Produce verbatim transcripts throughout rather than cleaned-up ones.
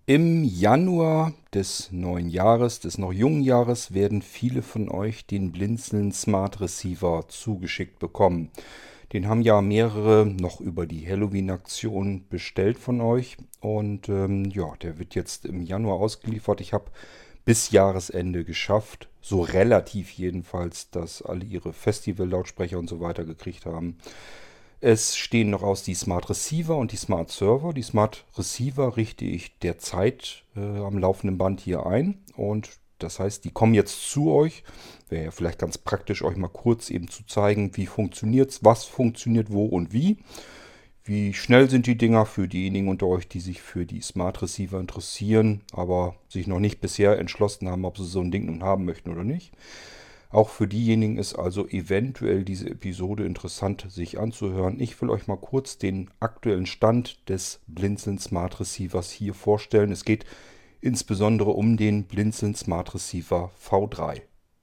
Im Januar des neuen Jahres, des noch jungen Jahres, werden viele von euch den Blinzeln Smart Receiver zugeschickt bekommen. Den haben ja mehrere noch über die Halloween-Aktion bestellt von euch. Und ähm, ja, der wird jetzt im Januar ausgeliefert. Ich habe bis Jahresende geschafft, so relativ jedenfalls, dass alle ihre Festival-Lautsprecher und so weiter gekriegt haben. Es stehen noch aus die Smart Receiver und die Smart Server. Die Smart Receiver richte ich derzeit äh, am laufenden Band hier ein. Und das heißt, die kommen jetzt zu euch. Wäre ja vielleicht ganz praktisch, euch mal kurz eben zu zeigen, wie funktioniert es, was funktioniert wo und wie. Wie schnell sind die Dinger für diejenigen unter euch, die sich für die Smart Receiver interessieren, aber sich noch nicht bisher entschlossen haben, ob sie so ein Ding nun haben möchten oder nicht. Auch für diejenigen ist also eventuell diese Episode interessant, sich anzuhören. Ich will euch mal kurz den aktuellen Stand des Blinzeln Smart Receivers hier vorstellen. Es geht insbesondere um den Blinzeln Smart Receiver V drei.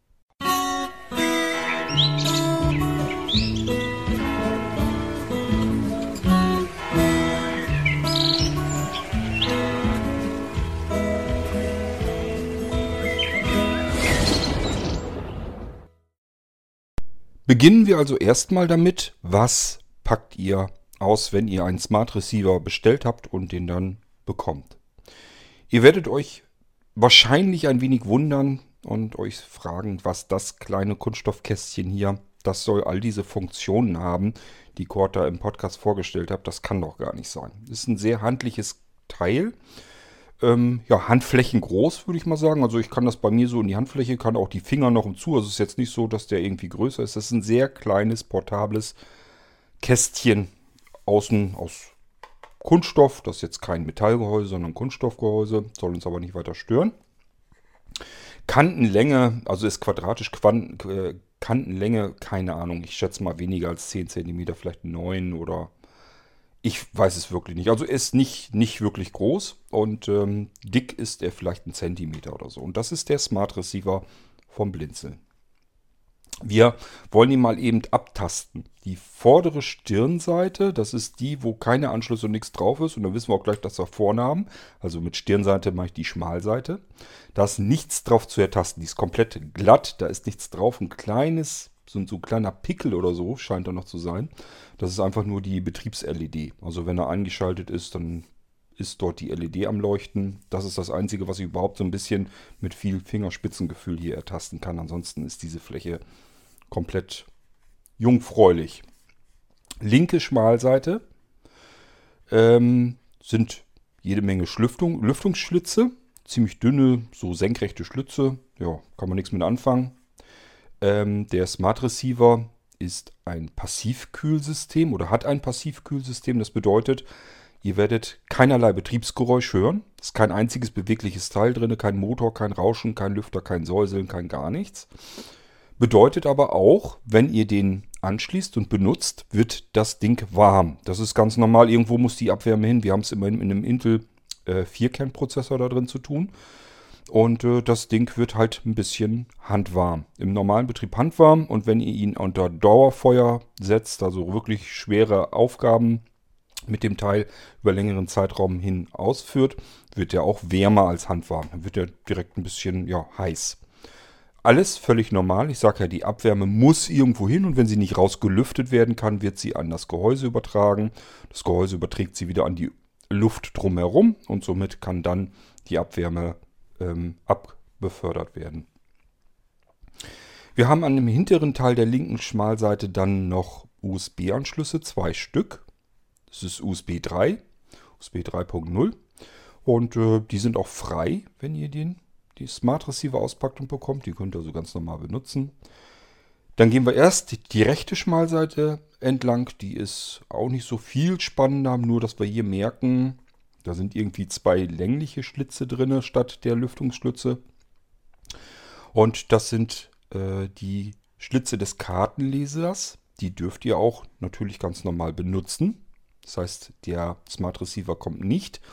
Beginnen wir also erstmal damit, was packt ihr aus, wenn ihr einen Smart Receiver bestellt habt und den dann bekommt. Ihr werdet euch wahrscheinlich ein wenig wundern und euch fragen, was das kleine Kunststoffkästchen hier, das soll all diese Funktionen haben, die Corta im Podcast vorgestellt hat. Das kann doch gar nicht sein. Das ist ein sehr handliches Teil. Ähm, ja, Handflächen groß, würde ich mal sagen. Also ich kann das bei mir so in die Handfläche, kann auch die Finger noch im zu. Also es ist jetzt nicht so, dass der irgendwie größer ist. Das ist ein sehr kleines, portables Kästchen außen aus Kunststoff. Das ist jetzt kein Metallgehäuse, sondern Kunststoffgehäuse. Soll uns aber nicht weiter stören. Kantenlänge, also ist quadratisch, Quan äh, Kantenlänge, keine Ahnung. Ich schätze mal weniger als zehn Zentimeter, vielleicht neun oder... Ich weiß es wirklich nicht. Also er ist nicht, nicht wirklich groß und ähm, dick ist er vielleicht ein Zentimeter oder so. Und das ist der Smart Receiver vom Blinzeln. Wir wollen ihn mal eben abtasten. Die vordere Stirnseite, das ist die, wo keine Anschlüsse und nichts drauf ist. Und dann wissen wir auch gleich, dass wir vorne haben. Also mit Stirnseite mache ich die Schmalseite. Da ist nichts drauf zu ertasten. Die ist komplett glatt, da ist nichts drauf. Ein kleines, so, so ein kleiner Pickel oder so scheint da noch zu sein. Das ist einfach nur die Betriebs-L E D. Also wenn er eingeschaltet ist, dann ist dort die L E D am Leuchten. Das ist das Einzige, was ich überhaupt so ein bisschen mit viel Fingerspitzengefühl hier ertasten kann. Ansonsten ist diese Fläche komplett jungfräulich. Linke Schmalseite ähm, sind jede Menge Lüftung, Lüftungsschlitze. Ziemlich dünne, so senkrechte Schlitze. Ja, kann man nichts mit anfangen. Ähm, der Smart Receiver ist ein Passivkühlsystem oder hat ein Passivkühlsystem. Das bedeutet, ihr werdet keinerlei Betriebsgeräusch hören. Es ist kein einziges bewegliches Teil drin, kein Motor, kein Rauschen, kein Lüfter, kein Säuseln, kein gar nichts. Bedeutet aber auch, wenn ihr den anschließt und benutzt, wird das Ding warm. Das ist ganz normal. Irgendwo muss die Abwärme hin. Wir haben es immerhin in einem Intel äh, vier-Kern-Prozessor da drin zu tun. Und äh, das Ding wird halt ein bisschen handwarm. Im normalen Betrieb handwarm. Und wenn ihr ihn unter Dauerfeuer setzt, also wirklich schwere Aufgaben mit dem Teil über längeren Zeitraum hin ausführt, wird er auch wärmer als handwarm. Dann wird er direkt ein bisschen ja, heiß. Alles völlig normal. Ich sage ja, die Abwärme muss irgendwo hin und wenn sie nicht rausgelüftet werden kann, wird sie an das Gehäuse übertragen. Das Gehäuse überträgt sie wieder an die Luft drumherum und somit kann dann die Abwärme ähm, abbefördert werden. Wir haben an dem hinteren Teil der linken Schmalseite dann noch U S B-Anschlüsse, zwei Stück. Das ist U S B drei, U S B drei Punkt null und äh, die sind auch frei, wenn ihr den die Smart Receiver auspackt und bekommt. Die könnt ihr also ganz normal benutzen. Dann gehen wir erst die, die rechte Schmalseite entlang. Die ist auch nicht so viel spannender, nur dass wir hier merken, da sind irgendwie zwei längliche Schlitze drin statt der Lüftungsschlitze. Und das sind äh, die Schlitze des Kartenlesers. Die dürft ihr auch natürlich ganz normal benutzen. Das heißt, der Smart Receiver kommt nicht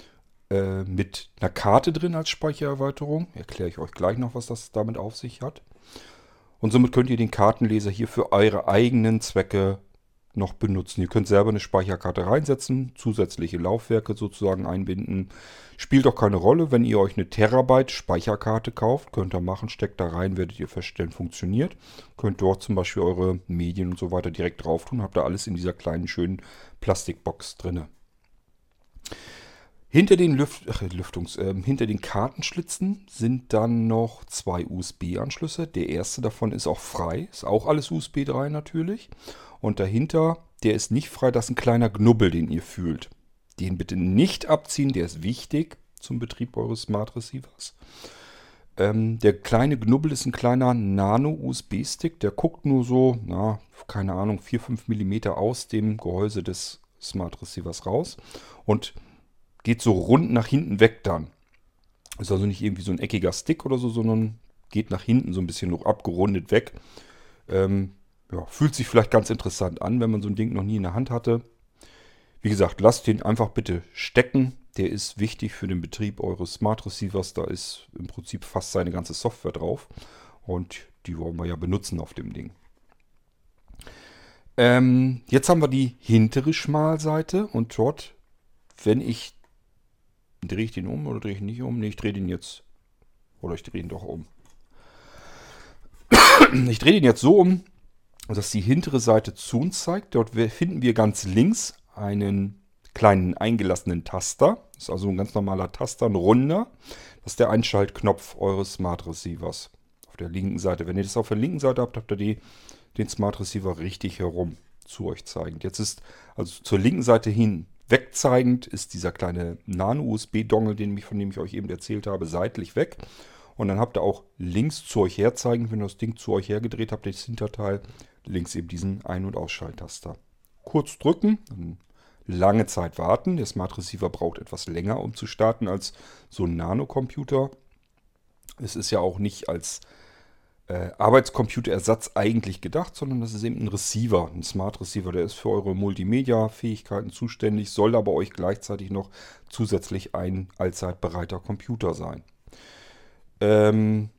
mit einer Karte drin als Speichererweiterung. Erkläre ich euch gleich noch, was das damit auf sich hat. Und somit könnt ihr den Kartenleser hier für eure eigenen Zwecke noch benutzen. Ihr könnt selber eine Speicherkarte reinsetzen, zusätzliche Laufwerke sozusagen einbinden. Spielt auch keine Rolle, wenn ihr euch eine Terabyte Speicherkarte kauft, könnt ihr machen, steckt da rein, werdet ihr feststellen, funktioniert. Könnt dort zum Beispiel eure Medien und so weiter direkt drauf tun, habt da alles in dieser kleinen schönen Plastikbox drinne. Hinter den Lüft, ach, Lüftungs, äh, hinter den Kartenschlitzen sind dann noch zwei U S B-Anschlüsse. Der erste davon ist auch frei, ist auch alles U S B drei natürlich. Und dahinter, der ist nicht frei, das ist ein kleiner Knubbel, den ihr fühlt. Den bitte nicht abziehen, der ist wichtig zum Betrieb eures Smart Receivers. Ähm, der kleine Knubbel ist ein kleiner Nano-U S B-Stick, der guckt nur so, na, keine Ahnung, vier bis fünf Millimeter aus dem Gehäuse des Smart Receivers raus und geht so rund nach hinten weg dann. Ist also nicht irgendwie so ein eckiger Stick oder so, sondern geht nach hinten so ein bisschen noch abgerundet weg. Ähm, ja, fühlt sich vielleicht ganz interessant an, wenn man so ein Ding noch nie in der Hand hatte. Wie gesagt, lasst den einfach bitte stecken. Der ist wichtig für den Betrieb eures Smart Receivers. Da ist im Prinzip fast seine ganze Software drauf. Und die wollen wir ja benutzen auf dem Ding. Ähm, jetzt haben wir die hintere Schmalseite. Und dort, wenn ich... Drehe ich den um oder drehe ich ihn nicht um? Ne, ich drehe den jetzt. Oder ich drehe ihn doch um. Ich drehe den jetzt so um, dass die hintere Seite zu uns zeigt. Dort finden wir ganz links einen kleinen eingelassenen Taster. Das ist also ein ganz normaler Taster, ein runder. Das ist der Einschaltknopf eures Smart Receivers. Auf der linken Seite. Wenn ihr das auf der linken Seite habt, habt ihr die, den Smart Receiver richtig herum zu euch zeigend. Jetzt ist also zur linken Seite hin wegzeigend ist dieser kleine Nano-U S B-Dongle, den ich, von dem ich euch eben erzählt habe, seitlich weg. Und dann habt ihr auch links zu euch herzeigend, wenn ihr das Ding zu euch hergedreht habt, das Hinterteil, links eben diesen Ein- und Ausschalttaster. Kurz drücken, dann lange Zeit warten. Der Smart Receiver braucht etwas länger, um zu starten als so ein Nano-Computer. Es ist ja auch nicht als äh, Arbeitscomputerersatz eigentlich gedacht, sondern das ist eben ein Receiver, ein Smart Receiver, der ist für eure Multimedia-Fähigkeiten zuständig, soll aber euch gleichzeitig noch zusätzlich ein allzeit bereiter Computer sein. Ähm,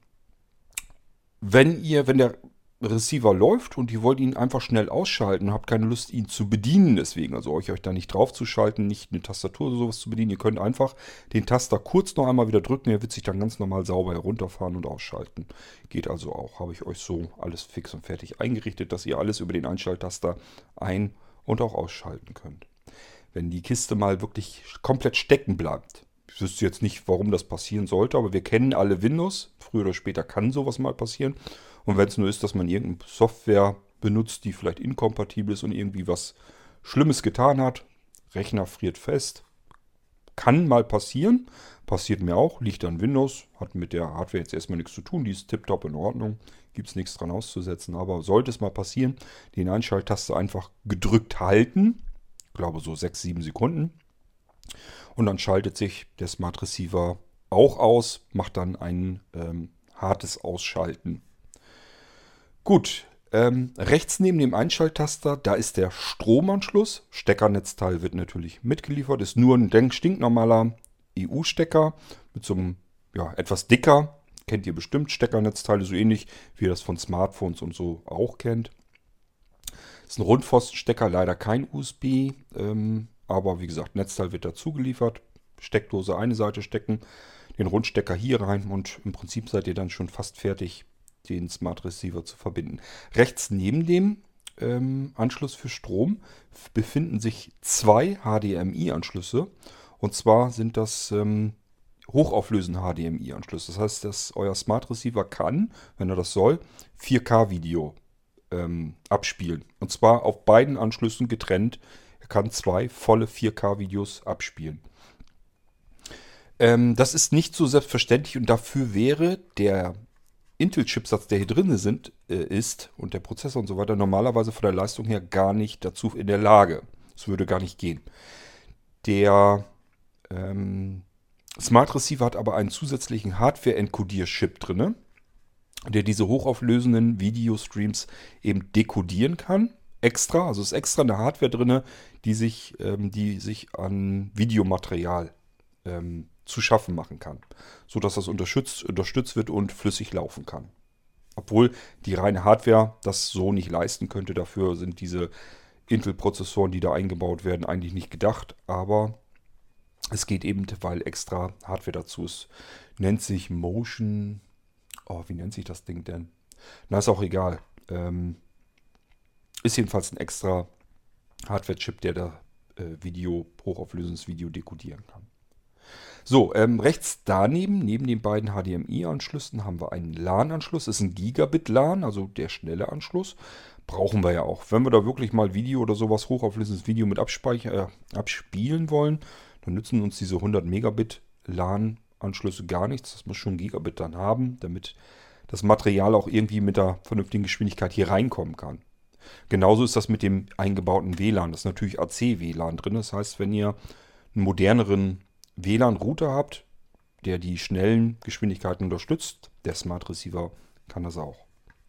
wenn ihr, wenn der Receiver läuft und ihr wollt ihn einfach schnell ausschalten, habt keine Lust, ihn zu bedienen deswegen, also euch, euch da nicht drauf zu schalten, nicht eine Tastatur oder sowas zu bedienen, ihr könnt einfach den Taster kurz noch einmal wieder drücken, der wird sich dann ganz normal sauber herunterfahren und ausschalten. Geht also auch, habe ich euch so alles fix und fertig eingerichtet, dass ihr alles über den Einschalttaster ein- und auch ausschalten könnt. Wenn die Kiste mal wirklich komplett stecken bleibt, ich wüsste jetzt nicht, warum das passieren sollte, aber wir kennen alle Windows, früher oder später kann sowas mal passieren. Und wenn es nur ist, dass man irgendeine Software benutzt, die vielleicht inkompatibel ist und irgendwie was Schlimmes getan hat, Rechner friert fest, kann mal passieren, passiert mir auch, liegt an Windows, hat mit der Hardware jetzt erstmal nichts zu tun, die ist tiptop in Ordnung, gibt es nichts dran auszusetzen, aber sollte es mal passieren, den Einschalttaste einfach gedrückt halten, ich glaube so sechs, sieben Sekunden, und dann schaltet sich der Smart Receiver auch aus, macht dann ein ähm, hartes Ausschalten. Gut, ähm, rechts neben dem Einschalttaster, da ist der Stromanschluss. Steckernetzteil wird natürlich mitgeliefert. Ist nur ein denk- stinknormaler E U-Stecker mit so einem, ja, etwas dicker. Kennt ihr bestimmt, Steckernetzteile so ähnlich, wie ihr das von Smartphones und so auch kennt. Ist ein Rundpfostenstecker, leider kein U S B. Ähm, aber wie gesagt, Netzteil wird dazu geliefert. Steckdose eine Seite stecken, den Rundstecker hier rein und im Prinzip seid ihr dann schon fast fertig, den Smart Receiver zu verbinden. Rechts neben dem ähm, Anschluss für Strom befinden sich zwei H D M I-Anschlüsse. Und zwar sind das ähm, hochauflösende H D M I-Anschlüsse. Das heißt, dass euer Smart Receiver kann, wenn er das soll, vier K-Video ähm, abspielen. Und zwar auf beiden Anschlüssen getrennt. Er kann zwei volle vier K-Videos abspielen. Ähm, das ist nicht so selbstverständlich und dafür wäre der Intel-Chipsatz, der hier drin sind, äh, ist und der Prozessor und so weiter normalerweise von der Leistung her gar nicht dazu in der Lage. Es würde gar nicht gehen. Der ähm, Smart Receiver hat aber einen zusätzlichen Hardware-Encodier-Chip drin, der diese hochauflösenden Videostreams eben dekodieren kann. Extra, also ist extra eine Hardware drin, die sich, ähm, die sich an Videomaterial ähm, zu schaffen machen kann, sodass das unterstützt, unterstützt wird und flüssig laufen kann. Obwohl die reine Hardware das so nicht leisten könnte, dafür sind diese Intel-Prozessoren, die da eingebaut werden, eigentlich nicht gedacht. Aber es geht eben, weil extra Hardware dazu ist. Nennt sich Motion. Oh, wie nennt sich das Ding denn? Na, ist auch egal. Ähm, ist jedenfalls ein extra Hardware-Chip, der da äh, Video, hochauflösendes Video dekodieren kann. So, ähm, rechts daneben, neben den beiden H D M I-Anschlüssen, haben wir einen LAN-Anschluss. Das ist ein Gigabit-LAN, also der schnelle Anschluss. Brauchen wir ja auch. Wenn wir da wirklich mal Video oder sowas, hochauflösendes Video mit abspeicher, äh, abspielen wollen, dann nützen uns diese hundert Megabit LAN-Anschlüsse gar nichts. Das muss schon Gigabit dann haben, damit das Material auch irgendwie mit der vernünftigen Geschwindigkeit hier reinkommen kann. Genauso ist das mit dem eingebauten W LAN. Das ist natürlich A C-W LAN drin. Das heißt, wenn ihr einen moderneren W LAN-Router habt, der die schnellen Geschwindigkeiten unterstützt, der Smart Receiver kann das auch.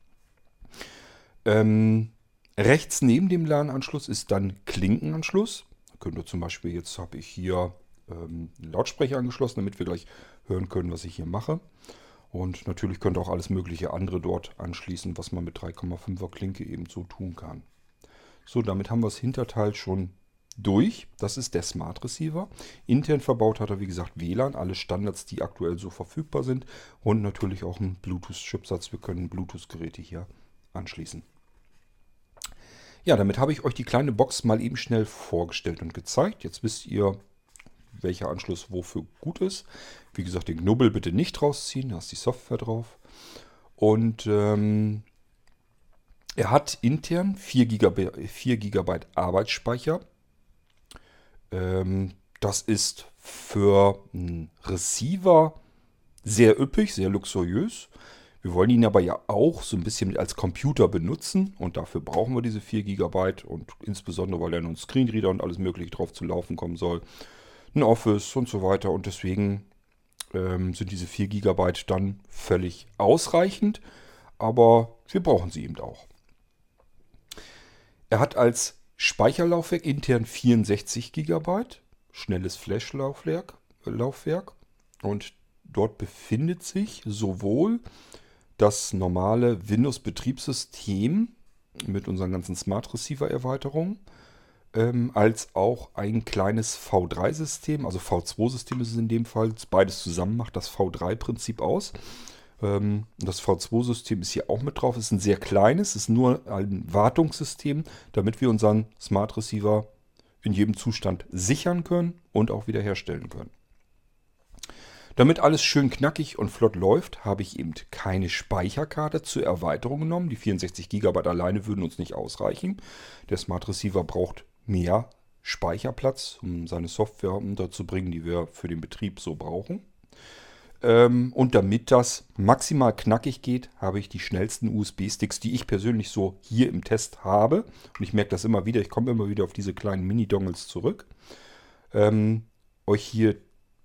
Ähm, rechts neben dem LAN-Anschluss ist dann Klinkenanschluss. Da könnt ihr zum Beispiel, jetzt habe ich hier ähm, einen Lautsprecher angeschlossen, damit wir gleich hören können, was ich hier mache. Und natürlich könnt ihr auch alles mögliche andere dort anschließen, was man mit drei Komma fünfer Klinke eben so tun kann. So, damit haben wir das Hinterteil schon durch. Das ist der Smart Receiver. Intern verbaut hat er, wie gesagt, W LAN, alle Standards, die aktuell so verfügbar sind. Und natürlich auch einen Bluetooth-Chipsatz. Wir können Bluetooth-Geräte hier anschließen. Ja, damit habe ich euch die kleine Box mal eben schnell vorgestellt und gezeigt. Jetzt wisst ihr, welcher Anschluss wofür gut ist. Wie gesagt, den Knubbel bitte nicht rausziehen, da ist die Software drauf. Und ähm, er hat intern vier Gigabyte Arbeitsspeicher. Ähm, das ist für einen Receiver sehr üppig, sehr luxuriös. Wir wollen ihn aber ja auch so ein bisschen als Computer benutzen und dafür brauchen wir diese vier Gigabyte und insbesondere, weil da ein Screenreader und alles mögliche drauf zu laufen kommen soll. Ein Office und so weiter und deswegen ähm, sind diese vier Gigabyte dann völlig ausreichend, aber wir brauchen sie eben auch. Er hat als Speicherlaufwerk intern vierundsechzig Gigabyte, schnelles Flash-Laufwerk Laufwerk, und dort befindet sich sowohl das normale Windows-Betriebssystem mit unseren ganzen Smart Receiver-Erweiterungen, Ähm, als auch ein kleines V drei System, also V zwei System ist es in dem Fall. Beides zusammen macht das V drei Prinzip aus. Ähm, das V zwei System ist hier auch mit drauf. Es ist ein sehr kleines, ist nur ein Wartungssystem, damit wir unseren Smart Receiver in jedem Zustand sichern können und auch wiederherstellen können. Damit alles schön knackig und flott läuft, habe ich eben keine Speicherkarte zur Erweiterung genommen. Die vierundsechzig Gigabyte alleine würden uns nicht ausreichen. Der Smart Receiver braucht mehr Speicherplatz, um seine Software unterzubringen, die wir für den Betrieb so brauchen. Ähm, und damit das maximal knackig geht, habe ich die schnellsten U S B-Sticks, die ich persönlich so hier im Test habe. Und ich merke das immer wieder, ich komme immer wieder auf diese kleinen Mini-Dongles zurück. Ähm, euch hier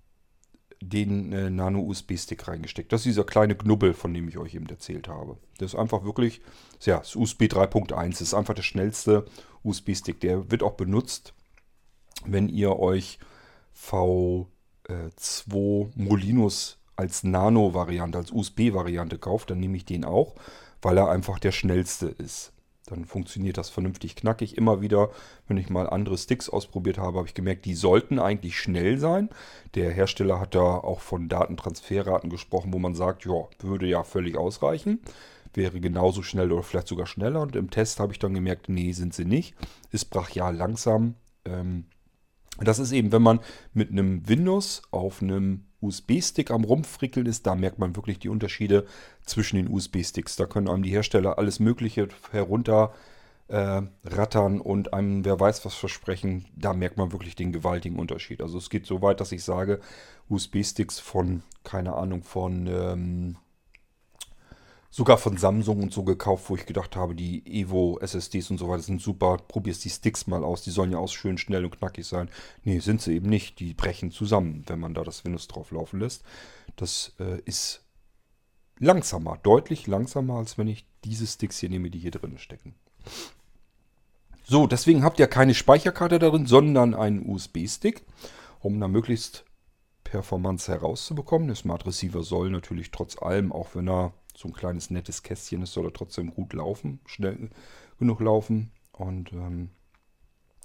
den äh, Nano-U S B-Stick reingesteckt. Das ist dieser kleine Knubbel, von dem ich euch eben erzählt habe. Das ist einfach wirklich, ja, das U S B drei Punkt eins. Das ist einfach der schnellste U S B-Stick. Der wird auch benutzt, wenn ihr euch V zwei Molinos als Nano-Variante, als U S B-Variante kauft. Dann nehme ich den auch, weil er einfach der schnellste ist. Dann funktioniert das vernünftig knackig. Immer wieder, wenn ich mal andere Sticks ausprobiert habe, habe ich gemerkt, die sollten eigentlich schnell sein. Der Hersteller hat da auch von Datentransferraten gesprochen, wo man sagt, ja, würde ja völlig ausreichen. Wäre genauso schnell oder vielleicht sogar schneller. Und im Test habe ich dann gemerkt, nee, sind sie nicht. Ist brachial langsam. Ähm, das ist eben, wenn man mit einem Windows auf einem U S B-Stick am Rumfrickeln ist, da merkt man wirklich die Unterschiede zwischen den U S B-Sticks. Da können einem die Hersteller alles Mögliche herunter äh, rattern und einem wer weiß was versprechen. Da merkt man wirklich den gewaltigen Unterschied. Also es geht so weit, dass ich sage, U S B-Sticks von, keine Ahnung, von ähm, sogar von Samsung und so gekauft, wo ich gedacht habe, die Evo S S Ds und so weiter sind super. Probierst die Sticks mal aus, die sollen ja auch schön schnell und knackig sein. Nee, sind sie eben nicht. Die brechen zusammen, wenn man da das Windows drauf laufen lässt. Das äh, ist langsamer, deutlich langsamer, als wenn ich diese Sticks hier nehme, die hier drin stecken. So, deswegen habt ihr keine Speicherkarte darin, sondern einen U S B-Stick, um da möglichst Performance herauszubekommen. Der Smart Receiver soll natürlich trotz allem, auch wenn er so ein kleines nettes Kästchen ist, soll er trotzdem gut laufen, schnell genug laufen. Und ähm,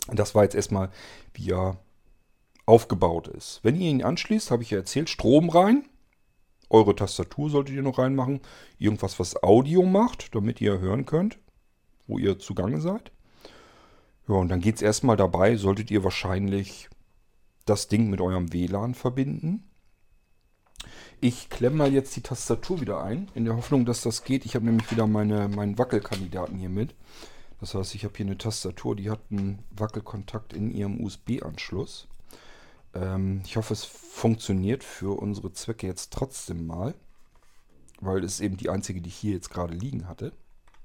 Das war jetzt erstmal, wie er aufgebaut ist. Wenn ihr ihn anschließt, habe ich ja erzählt, Strom rein. Eure Tastatur solltet ihr noch reinmachen. Irgendwas, was Audio macht, damit ihr hören könnt, wo ihr zugange seid. Ja, und dann geht es erstmal dabei, solltet ihr wahrscheinlich das Ding mit eurem W L A N verbinden. Ich klemme mal jetzt die Tastatur wieder ein, in der Hoffnung, dass das geht. Ich habe nämlich wieder meine, meinen Wackelkandidaten hier mit. Das heißt, ich habe hier eine Tastatur, die hat einen Wackelkontakt in ihrem U S B-Anschluss. Ähm, ich hoffe, es funktioniert für unsere Zwecke jetzt trotzdem mal, weil es eben die einzige, die ich hier jetzt gerade liegen hatte.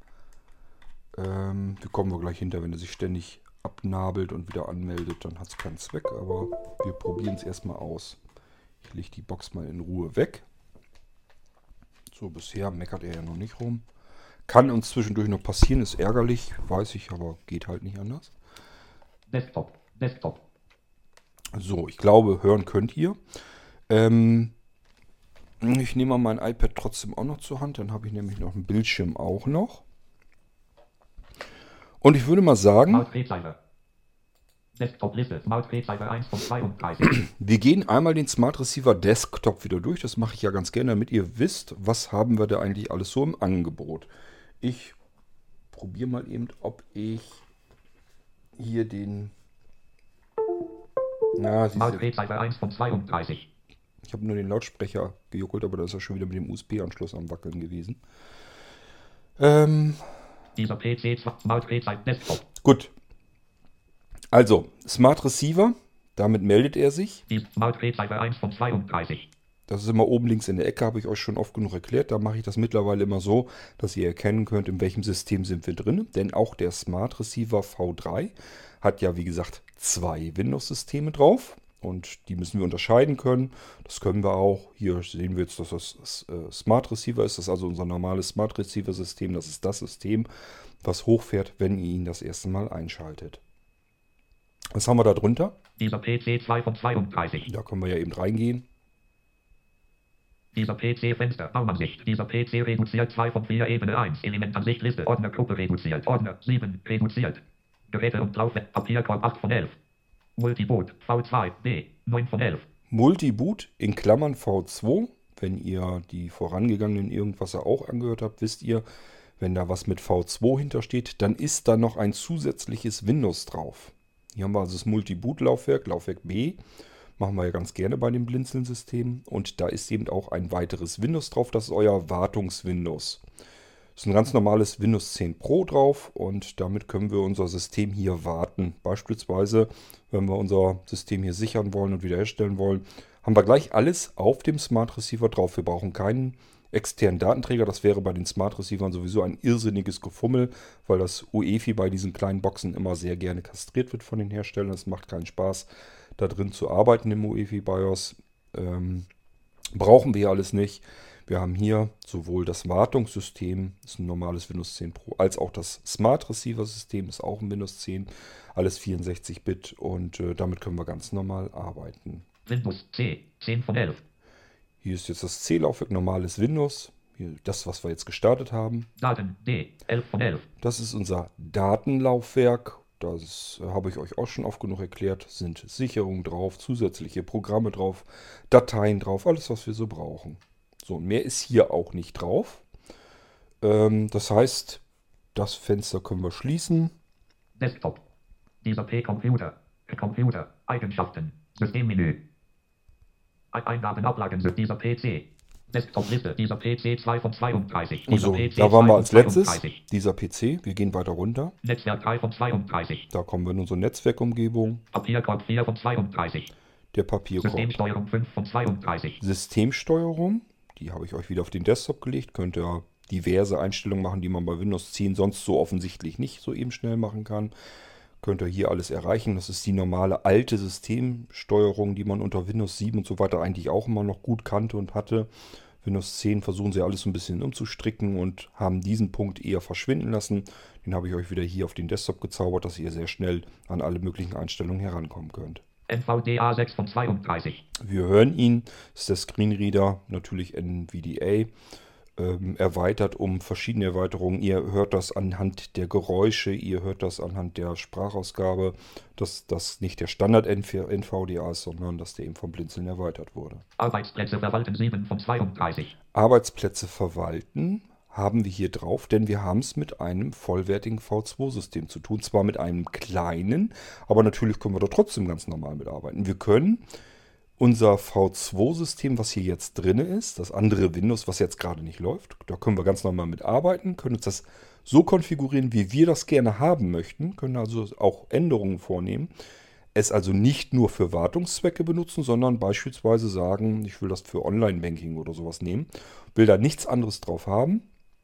Ähm, wir kommen wir gleich hinter, wenn er sich ständig abnabelt und wieder anmeldet, dann hat es keinen Zweck, aber wir probieren es erstmal aus. Ich lege die Box mal in Ruhe weg. So, bisher meckert er ja noch nicht rum. Kann uns zwischendurch noch passieren, ist ärgerlich, weiß ich, aber geht halt nicht anders. Desktop, Desktop. So, ich glaube, hören könnt ihr. Ähm, ich nehme mal mein iPad trotzdem auch noch zur Hand, dann habe ich nämlich noch einen Bildschirm auch noch. Und ich würde mal sagen, Maus-Drehscheibe. Desktop-Liste, Maus-Drehscheibe eins von zweiunddreißig. wir gehen einmal den Smart Receiver Desktop wieder durch. Das mache ich ja ganz gerne, damit ihr wisst, was haben wir da eigentlich alles so im Angebot. Ich probiere mal eben, ob ich hier den... Na, siehst du, Maus-Drehscheibe eins von zweiunddreißig. ich habe nur den Lautsprecher gejuckelt, aber da ist er schon wieder mit dem U S B-Anschluss am Wackeln gewesen. Ähm, Dieser P C, Maus-Drehscheibe, Desktop. gut. Also, Smart Receiver, damit meldet er sich. Die Maus-Drehscheibe eins von zweiunddreißig. Das ist immer oben links in der Ecke, habe ich euch schon oft genug erklärt. Da mache ich das mittlerweile immer so, dass ihr erkennen könnt, in welchem System sind wir drin. Denn auch der Smart Receiver V drei hat ja, wie gesagt, zwei Windows-Systeme drauf. Und die müssen wir unterscheiden können. Das können wir auch. Hier sehen wir jetzt, dass das äh, Smart Receiver ist. Das ist also unser normales Smart Receiver-System. Das ist das System, was hochfährt, wenn ihr ihn das erste Mal einschaltet. Was haben wir da drunter? Dieser P C zwei von zweiunddreißig. Da können wir ja eben reingehen. Dieser P C Fenster, Baumansicht. Dieser P C reduziert zwei von vier Ebene eins. Elementansicht Liste. Ordner Gruppe reduziert. Ordner sieben reduziert. Geräte und Laufwerk. Papierkorb acht von elf. Multiboot V zwei B neun von elf. Multiboot in Klammern V zwei. Wenn ihr die vorangegangenen irgendwas auch angehört habt, wisst ihr, wenn da was mit V zwei hintersteht, dann ist da noch ein zusätzliches Windows drauf. Hier haben wir also das Multiboot-Laufwerk, Laufwerk B. Machen wir ja ganz gerne bei dem Blinzeln-System. Und da ist eben auch ein weiteres Windows drauf. Das ist euer Wartungs-Windows. Das ist ein ganz normales Windows zehn Pro drauf. Und damit können wir unser System hier warten. Beispielsweise, wenn wir unser System hier sichern wollen und wiederherstellen wollen, haben wir gleich alles auf dem Smart Receiver drauf. Wir brauchen keinen externen Datenträger. Das wäre bei den Smart Receivern sowieso ein irrsinniges Gefummel, weil das U E F I bei diesen kleinen Boxen immer sehr gerne kastriert wird von den Herstellern. Es macht keinen Spaß, da drin zu arbeiten im U E F I BIOS. Ähm, brauchen wir alles nicht. Wir haben hier sowohl das Wartungssystem, das ist ein normales Windows zehn Pro, als auch das Smart Receiver System, ist auch ein Windows zehn, alles vierundsechzig Bit und äh, damit können wir ganz normal arbeiten. Windows C zehn von elf. Hier ist jetzt das C-Laufwerk, normales Windows. Hier das, was wir jetzt gestartet haben. Daten D elf von elf. Das ist unser Datenlaufwerk. Das äh, habe ich euch auch schon oft genug erklärt. Sind Sicherungen drauf, zusätzliche Programme drauf, Dateien drauf, alles, was wir so brauchen. So, und mehr ist hier auch nicht drauf. Ähm, das heißt, das Fenster können wir schließen. Desktop. Dieser P-Computer. Computer. Eigenschaften. Systemmenü. Eingaben, Ablagen, dieser P C. Desktop-Liste, dieser P C zwei von zweiunddreißig. Dieser So, P C da waren wir zwei als von letztes. zweiunddreißig. Dieser P C. Wir gehen weiter runter. Netzwerk drei von zweiunddreißig. Da kommen wir in unsere Netzwerkumgebung. Papierkorb vier von zweiunddreißig. Der Papierkorb. Systemsteuerung fünf von zweiunddreißig. Systemsteuerung. Die habe ich euch wieder auf den Desktop gelegt. Könnt ihr diverse Einstellungen machen, die man bei Windows zehn sonst so offensichtlich nicht so eben schnell machen kann. Könnt ihr hier alles erreichen. Das ist die normale alte Systemsteuerung, die man unter Windows sieben und so weiter eigentlich auch immer noch gut kannte und hatte. Windows zehn versuchen sie alles so ein bisschen umzustricken und haben diesen Punkt eher verschwinden lassen. Den habe ich euch wieder hier auf den Desktop gezaubert, dass ihr sehr schnell an alle möglichen Einstellungen herankommen könnt. N V D A sechs von zweiunddreißig. Wir hören ihn. Das ist der Screenreader, natürlich N V D A. ähm, erweitert um verschiedene Erweiterungen. Ihr hört das anhand der Geräusche, ihr hört das anhand der Sprachausgabe, dass das nicht der Standard-N V D A ist, sondern dass der eben vom Blinzeln erweitert wurde. Arbeitsplätze verwalten sieben von zweiunddreißig. Arbeitsplätze verwalten haben wir hier drauf, denn wir haben es mit einem vollwertigen V zwei System zu tun. Zwar mit einem kleinen, aber natürlich können wir da trotzdem ganz normal mitarbeiten. Wir können unser V zwei System, was hier jetzt drin ist, das andere Windows, was jetzt gerade nicht läuft, da können wir ganz normal mitarbeiten, können uns das so konfigurieren, wie wir das gerne haben möchten, können also auch Änderungen vornehmen. Es also nicht nur für Wartungszwecke benutzen, sondern beispielsweise sagen, ich will das für Online-Banking oder sowas nehmen, will da nichts anderes drauf haben.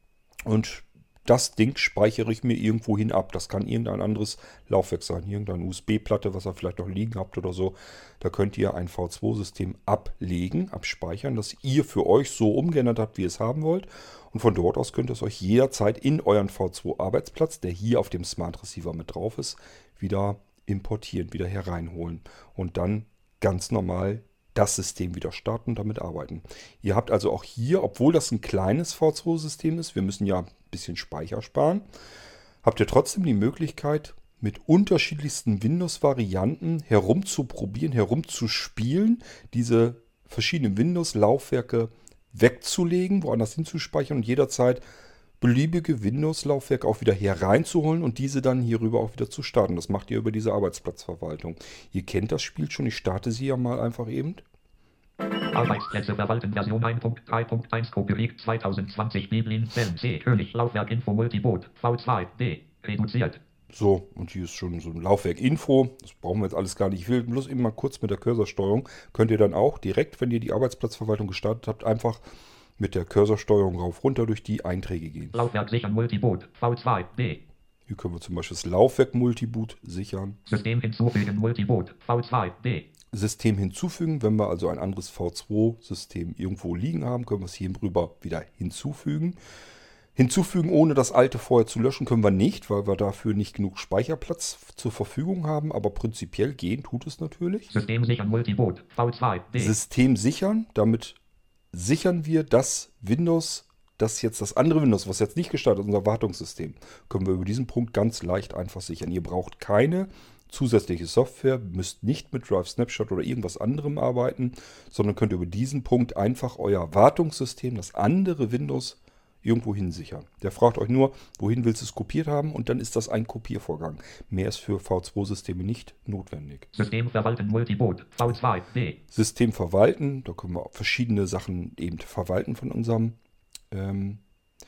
Und das Ding speichere ich mir irgendwohin ab. Das kann irgendein anderes Laufwerk sein. Irgendeine U S B-Platte, was ihr vielleicht noch liegen habt oder so. Da könnt ihr ein V zwei System ablegen, abspeichern, das ihr für euch so umgeändert habt, wie ihr es haben wollt. Und von dort aus könnt ihr es euch jederzeit in euren V zwei Arbeitsplatz, der hier auf dem Smart Receiver mit drauf ist, wieder importieren, wieder hereinholen. Und dann ganz normal das System wieder starten und damit arbeiten. Ihr habt also auch hier, obwohl das ein kleines V zwei System ist, wir müssen ja ein bisschen Speicher sparen, habt ihr trotzdem die Möglichkeit, mit unterschiedlichsten Windows-Varianten herumzuprobieren, herumzuspielen, diese verschiedenen Windows-Laufwerke wegzulegen, woanders hinzuspeichern und jederzeit beliebige Windows-Laufwerke auch wieder hier reinzuholen und diese dann hierüber auch wieder zu starten. Das macht ihr über diese Arbeitsplatzverwaltung. Ihr kennt das Spiel schon, ich starte sie ja mal einfach eben. Arbeitsplätze verwalten Version eins Punkt drei Punkt eins Kopierig zwanzig zwanzig Biblin Zellen C König Laufwerk Info Multiboot V zwei D reduziert. So, und hier ist schon so ein Laufwerk Info. Das brauchen wir jetzt alles gar nicht. Ich will bloß eben mal kurz mit der Cursorsteuerung. Könnt ihr dann auch direkt, wenn ihr die Arbeitsplatzverwaltung gestartet habt, einfach mit der Cursorsteuerung rauf runter durch die Einträge gehen. Laufwerk sichern Multiboot V zwei D. Hier können wir zum Beispiel das Laufwerk Multiboot sichern. System hinzufügen Multiboot V zwei D. System hinzufügen. Wenn wir also ein anderes V zwei System irgendwo liegen haben, können wir es hier drüber wieder hinzufügen. Hinzufügen, ohne das alte vorher zu löschen, können wir nicht, weil wir dafür nicht genug Speicherplatz zur Verfügung haben. Aber prinzipiell gehen tut es natürlich. System sichern Multiboot V zwei D. System sichern, damit sichern wir das Windows, das jetzt das andere Windows, was jetzt nicht gestartet ist, unser Wartungssystem, können wir über diesen Punkt ganz leicht einfach sichern. Ihr braucht keine zusätzliche Software, müsst nicht mit Drive Snapshot oder irgendwas anderem arbeiten, sondern könnt über diesen Punkt einfach euer Wartungssystem, das andere Windows, irgendwo hin sichern. Der fragt euch nur, wohin willst du es kopiert haben und dann ist das ein Kopiervorgang. Mehr ist für V zwei Systeme nicht notwendig. System verwalten Multiboot V zwei D. System verwalten, da können wir verschiedene Sachen eben verwalten von unserem ähm,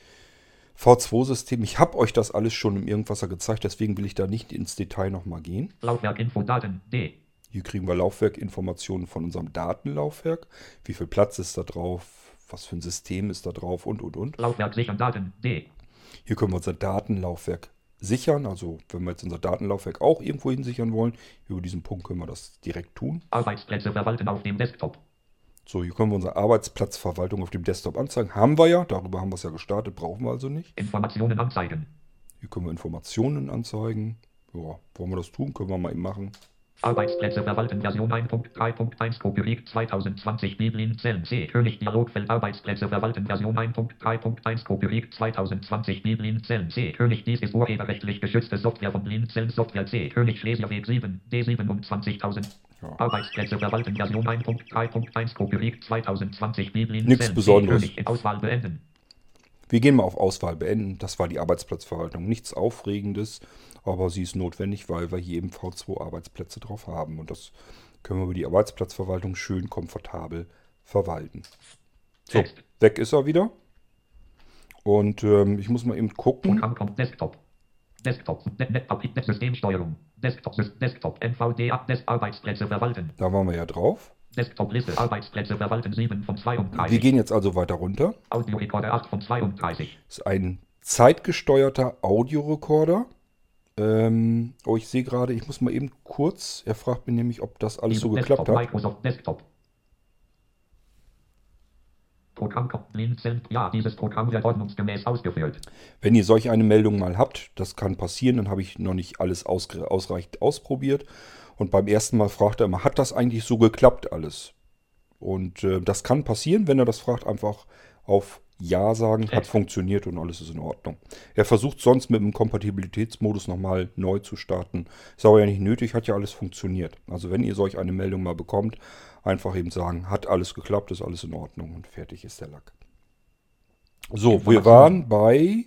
V zwei System. Ich habe euch das alles schon im Irgendwasser gezeigt, deswegen will ich da nicht ins Detail nochmal gehen. Laufwerk Info Daten D. Hier kriegen wir Laufwerkinformationen von unserem Datenlaufwerk. Wie viel Platz ist da drauf? Was für ein System ist da drauf und, und, und. Laufwerk sichern Daten D. Hier können wir unser Datenlaufwerk sichern. Also wenn wir jetzt unser Datenlaufwerk auch irgendwo hin sichern wollen, über diesen Punkt können wir das direkt tun. Arbeitsplätze verwalten auf dem Desktop. So, hier können wir unsere Arbeitsplatzverwaltung auf dem Desktop anzeigen. Haben wir ja, darüber haben wir es ja gestartet, brauchen wir also nicht. Informationen anzeigen. Hier können wir Informationen anzeigen. Ja, wollen wir das tun? Können wir mal eben machen. Arbeitsplätze verwalten Version eins Punkt drei Punkt eins Kopierig zwanzig zwanzig Biblin Zellen C König Dialogfeld Arbeitsplätze verwalten Version eins Punkt drei Punkt eins Kopierig zwanzig zwanzig Biblin Zellen C König dies ist urheberrechtlich geschützte Software von Blinzeln Software C König Schlesierweg sieben D siebenundzwanzigtausend. Ja. Arbeitsplätze verwalten Version eins Punkt drei Punkt eins Kopierig zwanzig zwanzig Biblin Nichts Zellen Besonderes. C König Auswahl beenden. Wir gehen mal auf Auswahl beenden. Das war die Arbeitsplatzverwaltung. Nichts Aufregendes, aber sie ist notwendig, weil wir hier eben V zwei Arbeitsplätze drauf haben. Und das können wir über die Arbeitsplatzverwaltung schön komfortabel verwalten. So, Text. weg ist er wieder. Und ähm, ich muss mal eben gucken. Programm kommt Desktop. Desktop. Net, Net, Net, Systemsteuerung. Desktop. Desktop. N V D. Des Arbeitsplätze verwalten. Da waren wir ja drauf. Desktop-Liste. Arbeitsplätze verwalten sieben von zweiunddreißig. Wir gehen jetzt also weiter runter. Audiorekorder acht von zweiunddreißig. Das ist ein zeitgesteuerter Audiorekorder. Ähm, oh, ich sehe gerade, ich muss mal eben kurz, er fragt mich nämlich, ob das alles so Desktop, geklappt hat. Microsoft Desktop. Programm kommt Blinzeln. Ja, dieses Programm wird ordnungsgemäß ausgeführt. Wenn ihr solch eine Meldung mal habt, das kann passieren, dann habe ich noch nicht alles ausge- ausreichend ausprobiert. Und beim ersten Mal fragt er immer, hat das eigentlich so geklappt alles? Und äh, das kann passieren, wenn er das fragt, einfach auf Ja sagen, hat funktioniert und alles ist in Ordnung. Er versucht sonst mit dem Kompatibilitätsmodus nochmal neu zu starten. Ist aber ja nicht nötig, hat ja alles funktioniert. Also wenn ihr solch eine Meldung mal bekommt, einfach eben sagen, hat alles geklappt, ist alles in Ordnung und fertig ist der Lack. So, wir waren bei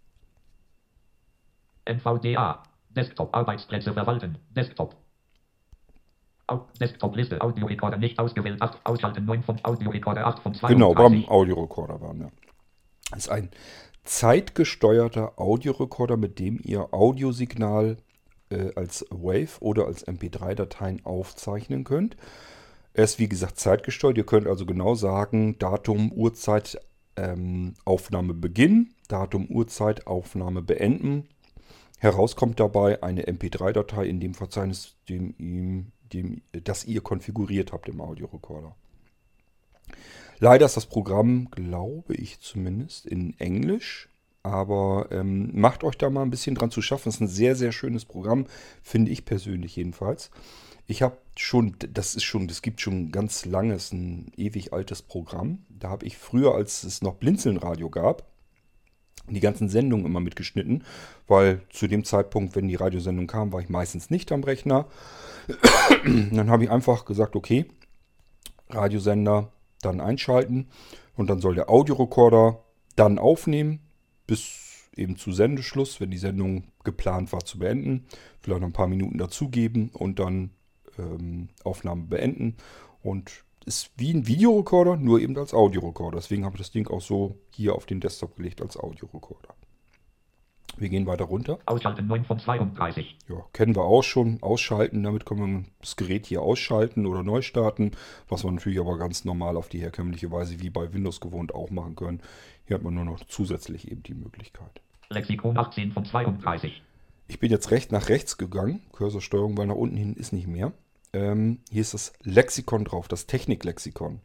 N V D A. Desktop. Arbeitsplätze verwalten. Desktop. Au- Desktop-Liste. Audiorekorder nicht ausgewählt. acht. Ausschalten. neun von Audiorekorder. acht von Genau, beim zweiunddreißig. Audiorekorder waren wir. Das ist ein zeitgesteuerter Audiorekorder, mit dem ihr Audiosignal äh, als Wave oder als M P drei Dateien aufzeichnen könnt. Er ist wie gesagt zeitgesteuert. Ihr könnt also genau sagen, Datum, Uhrzeit, ähm, Aufnahme beginnen, Datum, Uhrzeit, Aufnahme beenden. Herauskommt dabei eine M P drei Datei in dem Verzeichnis, dem, ihm, dem, das ihr konfiguriert habt im Audiorekorder. Leider ist das Programm, glaube ich zumindest, in Englisch. Aber ähm, macht euch da mal ein bisschen dran zu schaffen. Es ist ein sehr, sehr schönes Programm, finde ich persönlich jedenfalls. Ich habe schon, das ist schon, das gibt schon ganz langes, ein ewig altes Programm. Da habe ich früher, als es noch Blinzeln-Radio gab, die ganzen Sendungen immer mitgeschnitten, weil zu dem Zeitpunkt, wenn die Radiosendung kam, war ich meistens nicht am Rechner. Dann habe ich einfach gesagt, okay, Radiosender dann einschalten und dann soll der Audiorekorder dann aufnehmen bis eben zu Sendeschluss, wenn die Sendung geplant war zu beenden. Vielleicht noch ein paar Minuten dazugeben und dann ähm, Aufnahme beenden. Und ist wie ein Videorekorder, nur eben als Audiorekorder. Deswegen habe ich das Ding auch so hier auf den Desktop gelegt als Audiorekorder. Wir gehen weiter runter. Ausschalten. neun von zweiunddreißig. Ja, kennen wir auch schon. Ausschalten, damit können wir das Gerät hier ausschalten oder neu starten. Was wir natürlich aber ganz normal auf die herkömmliche Weise wie bei Windows gewohnt auch machen können. Hier hat man nur noch zusätzlich eben die Möglichkeit. Lexikon. achtzehn von zweiunddreißig. Ich bin jetzt recht nach rechts gegangen. Cursorsteuerung, weil nach unten hin ist nicht mehr. Ähm, hier ist das Lexikon drauf, das Techniklexikon.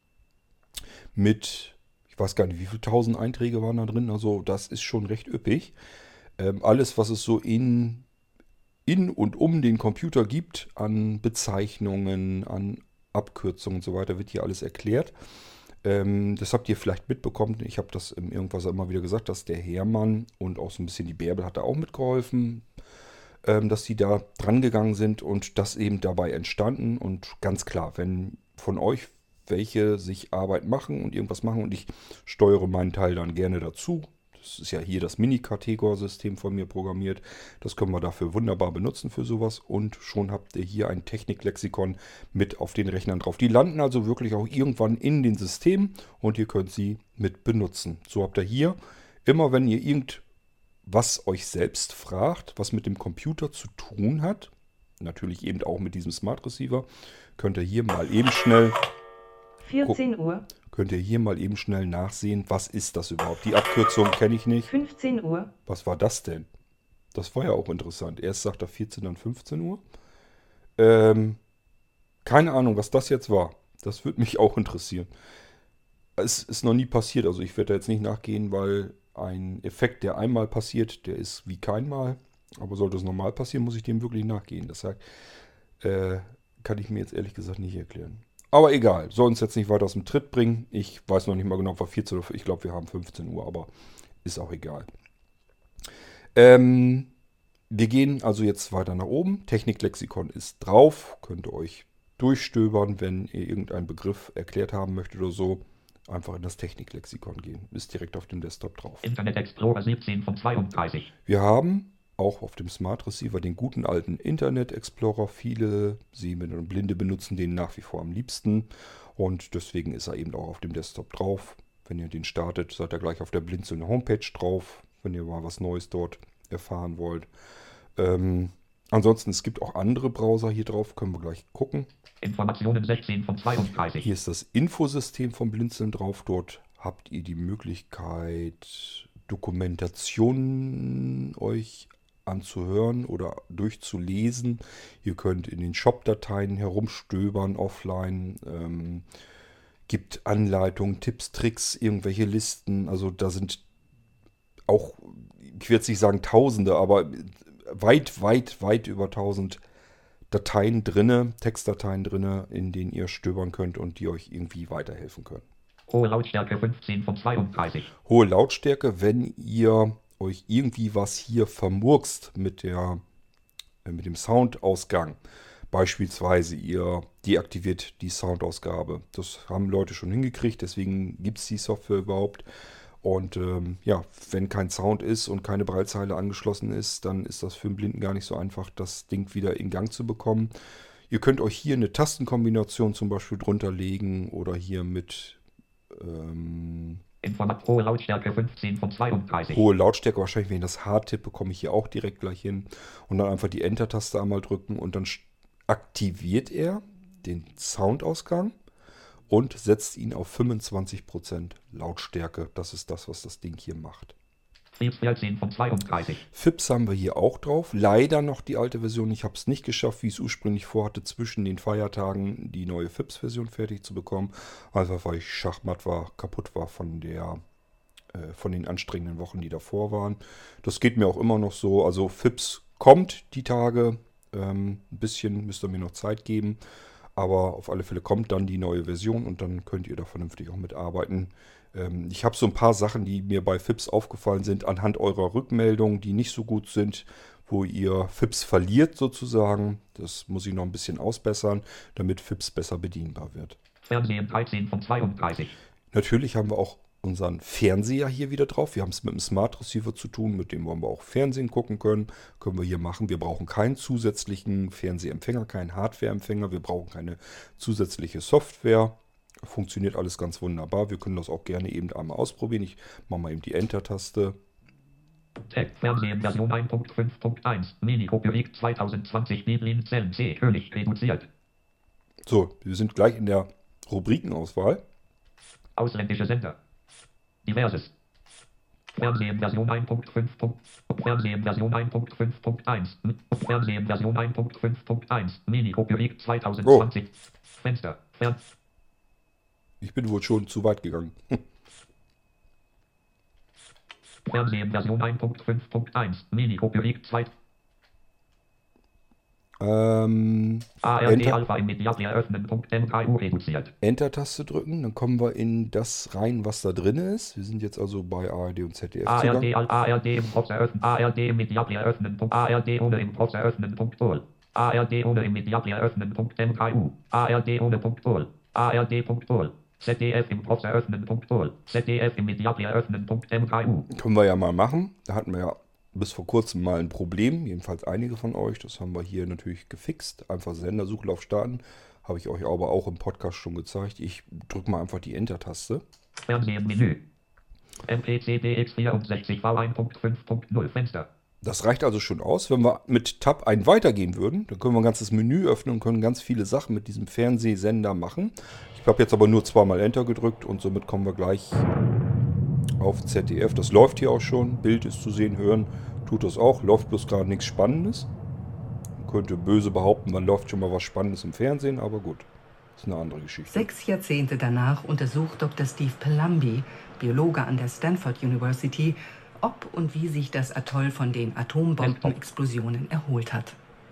Mit, ich weiß gar nicht, wie viele tausend Einträge waren da drin. Also das ist schon recht üppig. Ähm, alles, was es so in, in und um den Computer gibt, an Bezeichnungen, an Abkürzungen und so weiter, wird hier alles erklärt. Ähm, das habt ihr vielleicht mitbekommen. Ich habe das im Irgendwas immer wieder gesagt, dass der Hermann und auch so ein bisschen die Bärbel hat da auch mitgeholfen, ähm, dass die da dran gegangen sind und das eben dabei entstanden. Und ganz klar, wenn von euch welche sich Arbeit machen und irgendwas machen und ich steuere meinen Teil dann gerne dazu. Das ist ja hier das Mini-Kategor-System von mir programmiert. Das können wir dafür wunderbar benutzen für sowas. Und schon habt ihr hier ein Techniklexikon mit auf den Rechnern drauf. Die landen also wirklich auch irgendwann in den Systemen und ihr könnt sie mit benutzen. So habt ihr hier immer, wenn ihr irgendwas euch selbst fragt, was mit dem Computer zu tun hat, natürlich eben auch mit diesem Smart Receiver, könnt ihr hier mal eben schnell vierzehn Uhr, könnt ihr hier mal eben schnell nachsehen, was ist das überhaupt? Die Abkürzung kenne ich nicht. fünfzehn Uhr, Was war das denn? Das war ja auch interessant. Erst sagt er vierzehn, dann fünfzehn Uhr. Ähm, keine Ahnung, was das jetzt war. Das würde mich auch interessieren. Es ist noch nie passiert, also ich werde da jetzt nicht nachgehen, weil ein Effekt, der einmal passiert, der ist wie kein Mal. Aber sollte es normal passieren, muss ich dem wirklich nachgehen. Deshalb äh, kann ich mir jetzt ehrlich gesagt nicht erklären. Aber egal, soll uns jetzt nicht weiter aus dem Tritt bringen. Ich weiß noch nicht mal genau, ob wir vierzehn oder ich glaube, wir haben fünfzehn Uhr, aber ist auch egal. Ähm, wir gehen also jetzt weiter nach oben. Techniklexikon ist drauf. Könnt ihr euch durchstöbern, wenn ihr irgendeinen Begriff erklärt haben möchtet oder so. Einfach in das Techniklexikon gehen. Ist direkt auf dem Desktop drauf. Internet Explorer. siebzehn von zweiunddreißig. Wir haben auch auf dem Smart Receiver den guten alten Internet Explorer. Viele Sehende und Blinde benutzen den nach wie vor am liebsten. Und deswegen ist er eben auch auf dem Desktop drauf. Wenn ihr den startet, seid ihr gleich auf der Blinzeln Homepage drauf, wenn ihr mal was Neues dort erfahren wollt. Ähm, ansonsten, es gibt auch andere Browser hier drauf, können wir gleich gucken. Informationen. sechzehn von zweiunddreißig. Hier ist das Infosystem vom Blinzeln drauf. Dort habt ihr die Möglichkeit, Dokumentationen euch anzuhören oder durchzulesen. Ihr könnt in den Shop-Dateien herumstöbern offline. Ähm, gibt Anleitungen, Tipps, Tricks, irgendwelche Listen. Also da sind auch, ich will jetzt nicht sagen Tausende, aber weit, weit, weit über tausend Dateien drinne, Textdateien drinne, in denen ihr stöbern könnt und die euch irgendwie weiterhelfen können. Hohe Lautstärke fünfzehn von zweiunddreißig. Hohe Lautstärke, wenn ihr euch irgendwie was hier vermurkst mit der, äh, mit dem Soundausgang. Beispielsweise ihr deaktiviert die Soundausgabe. Das haben Leute schon hingekriegt, deswegen gibt es die Software überhaupt. Und ähm, ja, wenn kein Sound ist und keine Braillezeile angeschlossen ist, dann ist das für einen Blinden gar nicht so einfach, das Ding wieder in Gang zu bekommen. Ihr könnt euch hier eine Tastenkombination zum Beispiel drunter legen oder hier mit ähm, Informat hohe Lautstärke fünfzehn von zweiunddreißig. hohe Lautstärke. Wahrscheinlich, wenn ich das H tippe, komme ich hier auch direkt gleich hin. Und dann einfach die Enter-Taste einmal drücken und dann st- aktiviert er den Soundausgang und setzt ihn auf fünfundzwanzig Prozent Lautstärke. Das ist das, was das Ding hier macht. Fips vierzehn von zweiunddreißig. Fips haben wir hier auch drauf. Leider noch die alte Version. Ich habe es nicht geschafft, wie ich es ursprünglich vorhatte, zwischen den Feiertagen die neue Fips-Version fertig zu bekommen. Einfach weil ich schachmatt war, kaputt war von der äh, von den anstrengenden Wochen, die davor waren. Das geht mir auch immer noch so. Also Fips kommt die Tage. Ähm, ein bisschen müsst ihr mir noch Zeit geben. Aber auf alle Fälle kommt dann die neue Version und dann könnt ihr da vernünftig auch mitarbeiten. Ähm, ich habe so ein paar Sachen, die mir bei Fips aufgefallen sind, anhand eurer Rückmeldungen, die nicht so gut sind, wo ihr Fips verliert sozusagen. Das muss ich noch ein bisschen ausbessern, damit Fips besser bedienbar wird. Fernsehen dreizehn von zweiunddreißig. Natürlich haben wir auch unseren Fernseher hier wieder drauf. Wir haben es mit einem Smart Receiver zu tun, mit dem wollen wir auch Fernsehen gucken können. Können wir hier machen. Wir brauchen keinen zusätzlichen Fernsehempfänger, keinen Hardwareempfänger. Wir brauchen keine zusätzliche Software. Funktioniert alles ganz wunderbar. Wir können das auch gerne eben einmal ausprobieren. Ich mache mal eben die Enter-Taste. Tech Fernsehen Version eins Punkt fünf Punkt eins. Mini-Kopierig zwanzig zwanzig Bibelin Zellen C. König reduziert. So, wir sind gleich in der Rubrikenauswahl. Ausländische Sender. Diverses. Fernsehen Version eins Punkt fünf. Fernsehen Version eins Punkt fünf Punkt eins. Fernsehen Version eins Punkt fünf Punkt eins. Mini-Kopierig zwanzig zwanzig. Oh. Fenster. Fern. Ich bin wohl schon zu weit gegangen. Fernsehen Version eins Punkt fünf Punkt eins. Mini-Kopierig zwei. Ähm, A R D Enter, Alpha im Mediaplayer öffnen. M drei U reduziert. Enter-Taste drücken, dann kommen wir in das rein, was da drin ist. Wir sind jetzt also bei A R D und Z D F A R D, zugange. A R D im Browser öffnen. A R D im Mediaplayer öffnen. A R D ohne im Browser öffnen. Pol. A R D ohne im Mediaplayer öffnen. M drei U. A R D ohne Pol. A R D Pol. Z D F im Browser öffnen. Pol. Z D F im Mediaplayer öffnen. M drei U. Können wir ja mal machen. Da hatten wir ja bis vor kurzem mal ein Problem. Jedenfalls einige von euch. Das haben wir hier natürlich gefixt. Einfach Sendersuchlauf starten. Habe ich euch aber auch im Podcast schon gezeigt. Ich drücke mal einfach die Enter-Taste. Fernsehen Menü. M P C D X vierundsechzig V eins Punkt fünf Punkt null Fenster. Das reicht also schon aus. Wenn wir mit Tab einen weitergehen würden, dann können wir ein ganzes Menü öffnen und können ganz viele Sachen mit diesem Fernsehsender machen. Ich habe jetzt aber nur zweimal Enter gedrückt und somit kommen wir gleich auf Z D F. Das läuft hier auch schon. Bild ist zu sehen, hören tut das auch. Läuft bloß gerade nichts Spannendes. Man könnte böse behaupten, man läuft schon mal was Spannendes im Fernsehen, aber gut. Das ist eine andere Geschichte. Sechs Jahrzehnte danach untersucht Doktor Steve Palumbi, Biologe an der Stanford University, ob und wie sich das Atoll von den Atombombenexplosionen erholt hat.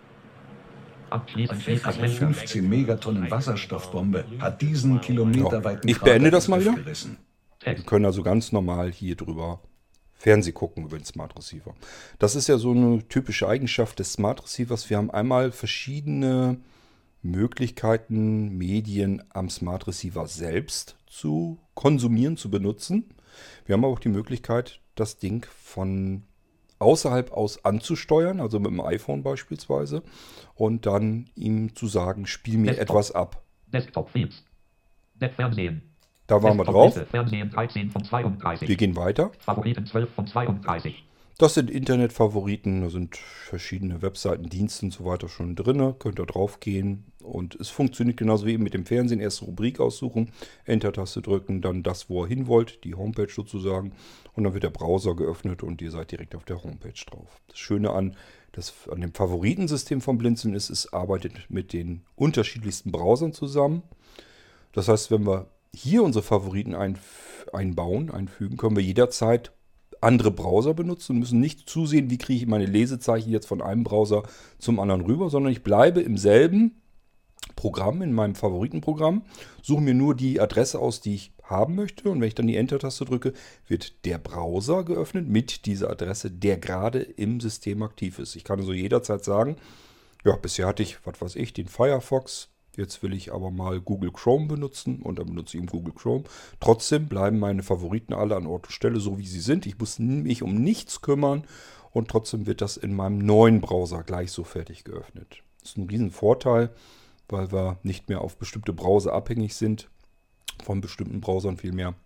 Eine fünfzehn Megatonnen Wasserstoffbombe hat diesen kilometerweiten Ich beende das mal wieder. gerissen. Wir können also ganz normal hier drüber Fernseh gucken über den Smart Receiver. Das ist ja so eine typische Eigenschaft des Smart Receivers. Wir haben einmal verschiedene Möglichkeiten, Medien am Smart Receiver selbst zu konsumieren, zu benutzen. Wir haben aber auch die Möglichkeit, das Ding von außerhalb aus anzusteuern, also mit dem iPhone beispielsweise, und dann ihm zu sagen, spiel mir Desktop. etwas ab. Desktop Fields. Fernsehen. Da waren wir Desktop drauf. Liste. Fernsehen dreizehn von zweiunddreißig. Wir gehen weiter. Favoriten zwölf von zweiunddreißig. Das sind Internetfavoriten, da sind verschiedene Webseiten, Dienste und so weiter schon drin. Könnt ihr drauf gehen und es funktioniert genauso wie eben mit dem Fernsehen. Erst Rubrik aussuchen, Enter-Taste drücken, dann das, wo ihr hin wollt, die Homepage sozusagen. Und dann wird der Browser geöffnet und ihr seid direkt auf der Homepage drauf. Das Schöne an, das, an dem Favoritensystem von Blinzeln ist, es arbeitet mit den unterschiedlichsten Browsern zusammen. Das heißt, wenn wir hier unsere Favoriten ein, einbauen, einfügen, können wir jederzeit andere Browser benutzen und müssen nicht zusehen, wie kriege ich meine Lesezeichen jetzt von einem Browser zum anderen rüber, sondern ich bleibe im selben Programm, in meinem Favoritenprogramm, suche mir nur die Adresse aus, die ich haben möchte. Und wenn ich dann die Enter-Taste drücke, wird der Browser geöffnet mit dieser Adresse, der gerade im System aktiv ist. Ich kann also jederzeit sagen, ja, bisher hatte ich, was weiß ich, den Firefox. Jetzt will ich aber mal Google Chrome benutzen und dann benutze ich eben Google Chrome. Trotzdem bleiben meine Favoriten alle an Ort und Stelle so, wie sie sind. Ich muss mich um nichts kümmern und trotzdem wird das in meinem neuen Browser gleich so fertig geöffnet. Das ist ein riesen Vorteil, weil wir nicht mehr auf bestimmte Browser abhängig sind, von bestimmten Browsern vielmehr.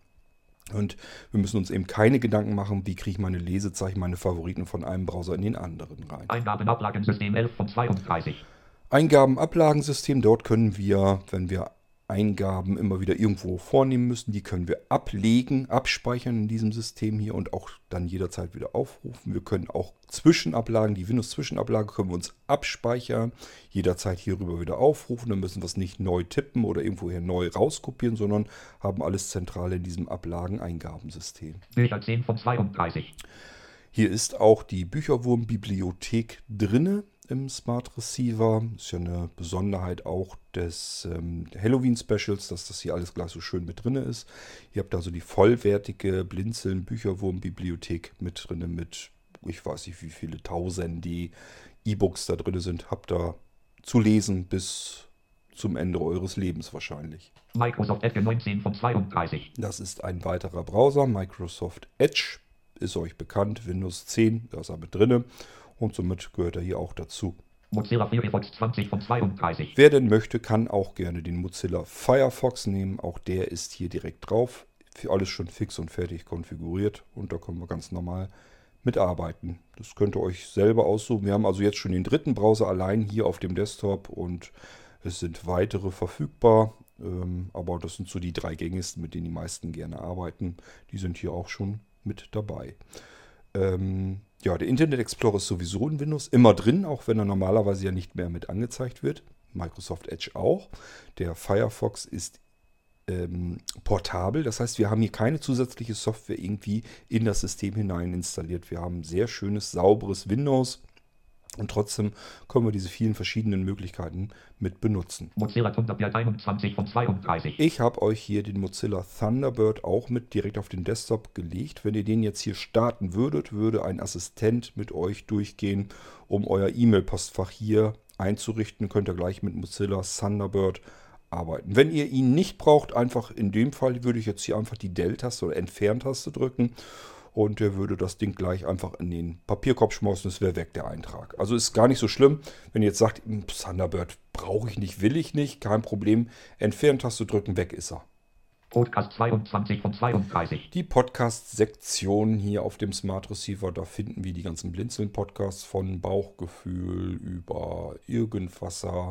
Und wir müssen uns eben keine Gedanken machen, wie kriege ich meine Lesezeichen, meine Favoriten von einem Browser in den anderen rein. Eingabenablagensystem elf von zweiunddreißig. Eingabenablagensystem, dort können wir, wenn wir Eingaben immer wieder irgendwo vornehmen müssen, die können wir ablegen, abspeichern in diesem System hier und auch dann jederzeit wieder aufrufen. Wir können auch Zwischenablagen, die Windows-Zwischenablage können wir uns abspeichern, jederzeit hierüber wieder aufrufen. Dann müssen wir es nicht neu tippen oder irgendwo hier neu rauskopieren, sondern haben alles zentral in diesem Ablageneingabensystem. Bücher zehn von zweiunddreißig. Hier ist auch die Bücherwurm-Bibliothek drinne. Im Smart Receiver. Ist ja eine Besonderheit auch des ähm, Halloween-Specials, dass das hier alles gleich so schön mit drin ist. Ihr habt also die vollwertige Blinzeln Bücherwurm-Bibliothek mit drin, mit, ich weiß nicht wie viele Tausende E-Books da drin sind. Habt ihr zu lesen bis zum Ende eures Lebens wahrscheinlich. Microsoft Edge neunzehn von zweiunddreißig. Das ist ein weiterer Browser. Microsoft Edge ist euch bekannt. Windows zehn, da ist er mit drin. Und somit gehört er hier auch dazu. Mozilla Firefox zwanzig von zweiunddreißig. Wer denn möchte, kann auch gerne den Mozilla Firefox nehmen. Auch der ist hier direkt drauf. Für alles schon fix und fertig konfiguriert. Und da können wir ganz normal mitarbeiten. Das könnt ihr euch selber aussuchen. Wir haben also jetzt schon den dritten Browser allein hier auf dem Desktop. Und es sind weitere verfügbar. Ähm, aber das sind so die drei gängigsten, mit denen die meisten gerne arbeiten. Die sind hier auch schon mit dabei. Ähm... Ja, der Internet Explorer ist sowieso in Windows immer drin, auch wenn er normalerweise ja nicht mehr mit angezeigt wird. Microsoft Edge auch. Der Firefox ist ähm, portabel, das heißt, wir haben hier keine zusätzliche Software irgendwie in das System hinein installiert. Wir haben sehr schönes, sauberes Windows und trotzdem können wir diese vielen verschiedenen Möglichkeiten mit benutzen. Mozilla Thunderbird einundzwanzig von zweiunddreißig. Ich habe euch hier den Mozilla Thunderbird auch mit direkt auf den Desktop gelegt. Wenn ihr den jetzt hier starten würdet, würde ein Assistent mit euch durchgehen, um euer E-Mail-Postfach hier einzurichten. Könnt ihr gleich mit Mozilla Thunderbird arbeiten. Wenn ihr ihn nicht braucht, einfach in dem Fall würde ich jetzt hier einfach die Del-Taste oder Entfernt-Taste drücken. Und der würde das Ding gleich einfach in den Papierkorb schmeißen, es wäre weg, der Eintrag. Also ist gar nicht so schlimm, wenn ihr jetzt sagt, Thunderbird brauche ich nicht, will ich nicht, kein Problem. Entfernen-Taste drücken, weg ist er. Podcast zweiundzwanzig von zweiunddreißig. Die Podcast-Sektion hier auf dem Smart Receiver, da finden wir die ganzen Blinzeln-Podcasts von Bauchgefühl über Irgendwasser,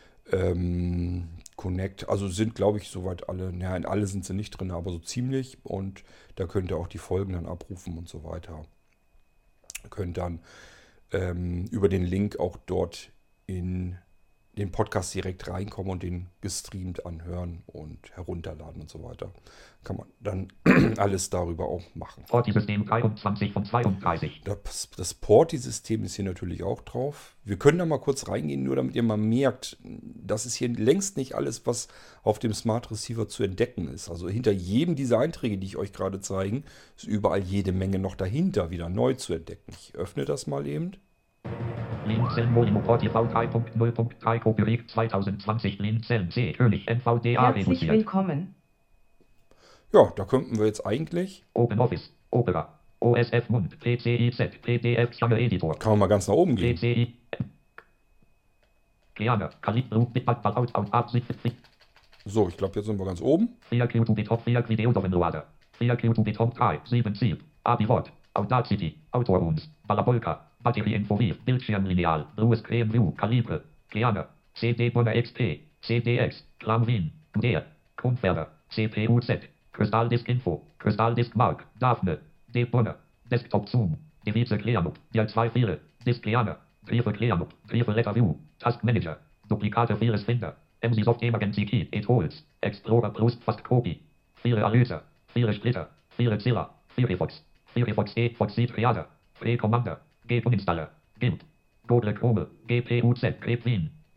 ähm, Connect, also sind, glaube ich, soweit alle, naja, in alle sind sie nicht drin, aber so ziemlich. Und da könnt ihr auch die Folgen dann abrufen und so weiter. Ihr könnt dann ähm, über den Link auch dort in den Podcast direkt reinkommen und den gestreamt anhören und herunterladen und so weiter. Kann man dann alles darüber auch machen. Porti-System dreiundzwanzig von zweiunddreißig. Das, das Porti-System ist hier natürlich auch drauf. Wir können da mal kurz reingehen, nur damit ihr mal merkt, das ist hier längst nicht alles, was auf dem Smart Receiver zu entdecken ist. Also hinter jedem dieser Einträge, die ich euch gerade zeige, ist überall jede Menge noch dahinter wieder neu zu entdecken. Ich öffne das mal eben. Linzen Molino Porti V drei Punkt null Punkt drei Copyright zwanzig zwanzig Linzen C König N V D A Herzlich reduziert. willkommen. Ja, da könnten wir jetzt eigentlich, OpenOffice, Opera, O S F Mund, P C I Z, P D F Stange Editor, kann man mal ganz nach oben P gehen. C I, Kleane, Kalibru, Bitbat, Out, Out, Out, Sit, Sit, So, ich glaube, jetzt sind wir ganz oben. vier Q to Top, vier Video Downloader, vier Q to Top drei, sieben Ziel, Abivot, Audacity, Autorums, Balabolka, Batterie Info Bildschirmlineal, Blues Creme View, Kalibre, Kleane, C D Bonner X P, C D X, Klam Wien, der, Grundferner, C P U Z, Kristalldisk Info, Kristalldisk Mark, Daphne, D Bonner, Desktop Zoom, Devise Kleanup, Dial zwei vier, Disk Kleane, Briefe Kleanup, Briefe Letter View, Task Manager, Duplikate Virus Finder, M C Soft Emergency Key, et Tools, Explorer Brust Fast Copy, vier Erlöser, vier Splitter, vier Zilla, Firefox, Firefox E, Fox Seed Reader, Free Commander, G Uninstaller, Gimp, Google Chrome, G P U Z, Grep Wien,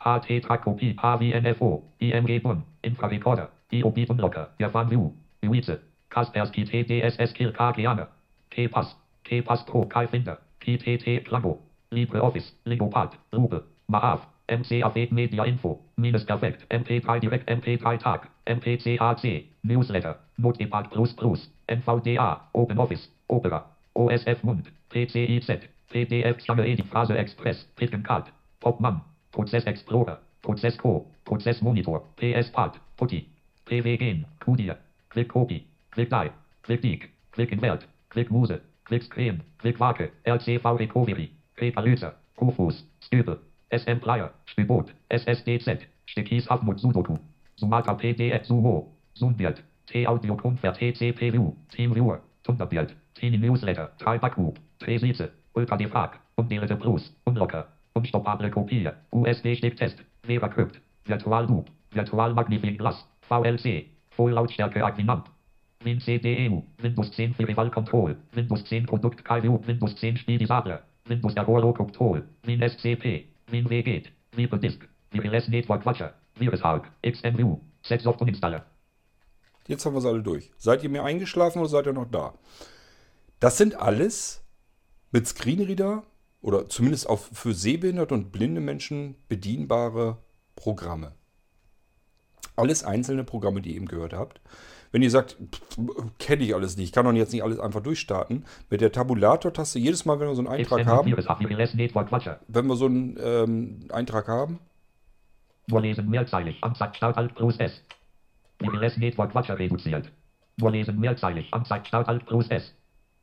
H T-Track-Kopie, H V N F O, I M G-Bun, Infrarecorder, I O B-Unlocker, Erfahren View, Luize, Kaspersky T D S S Kill K Geane, K-Pass, K-Pass Pro, Kai-Finder, P T T Plango, LibreOffice, Lingopad, Rupe, Maav, M C A V Media Info, Minus Perfekt, M P drei Direct, M P drei Tag, M P C A C, Newsletter, Notepad Plus Plus, N V D A, OpenOffice, Opera, O S F Mund, P C I Z, P D F Stange Edit Phrase Express, Pitkencard, Popman, Prozess Explorer, Prozess Co, Prozess Monitor, P S Pad, Putty, P W Gen, Qdir, Quick Copy, Quick Die, Quick Dig, Quick Invert, Quick Muse, Quick Screen, Quick Wake, R C V Recovery, Paperlöser, Kufus, Stübe, S M Player, Stübot, S S D Z, Stekis Afmut Sudoku, Sumata P D F Sumo, Zoombild, T-Audio Convert T C P U, TeamViewer, Thunderbird, Tini Newsletter, Treiber Group, Tresize, Ultra Defrag, Undelete Plus, Unlocker, Unstoppable Kopie, U S B-Sticktest, VeraCrypt, Virtual Loop, Virtual Magnifying Glass, V L C, Volllautstärke Aquinnant, WinCDEU, Windows zehn für Rival Control, Windows zehn Produkt K V, Windows zehn Stabilisator, Windows Error Control, WinSCP, WinWGate, ViperDisk, Virus Network Watcher, VirusHulk, XMView, Setsoft Uninstaller. Jetzt haben wir es alle durch. Seid ihr mir eingeschlafen oder seid ihr noch da? Das sind alles mit Screenreader oder zumindest auch für sehbehinderte und blinde Menschen bedienbare Programme. Alles einzelne Programme, die ihr eben gehört habt. Wenn ihr sagt, kenne ich alles nicht, ich kann doch jetzt nicht alles einfach durchstarten, mit der Tabulator-Taste, jedes Mal, wenn wir so einen Eintrag haben, wenn wir so einen ähm, Eintrag haben, Vorlesen mehrzeilig, Anzeigt Start Alt Plus S. Virus Network Watcher reduziert. Vorlesen mehrzeilig, Anzeigt Start Alt Plus S.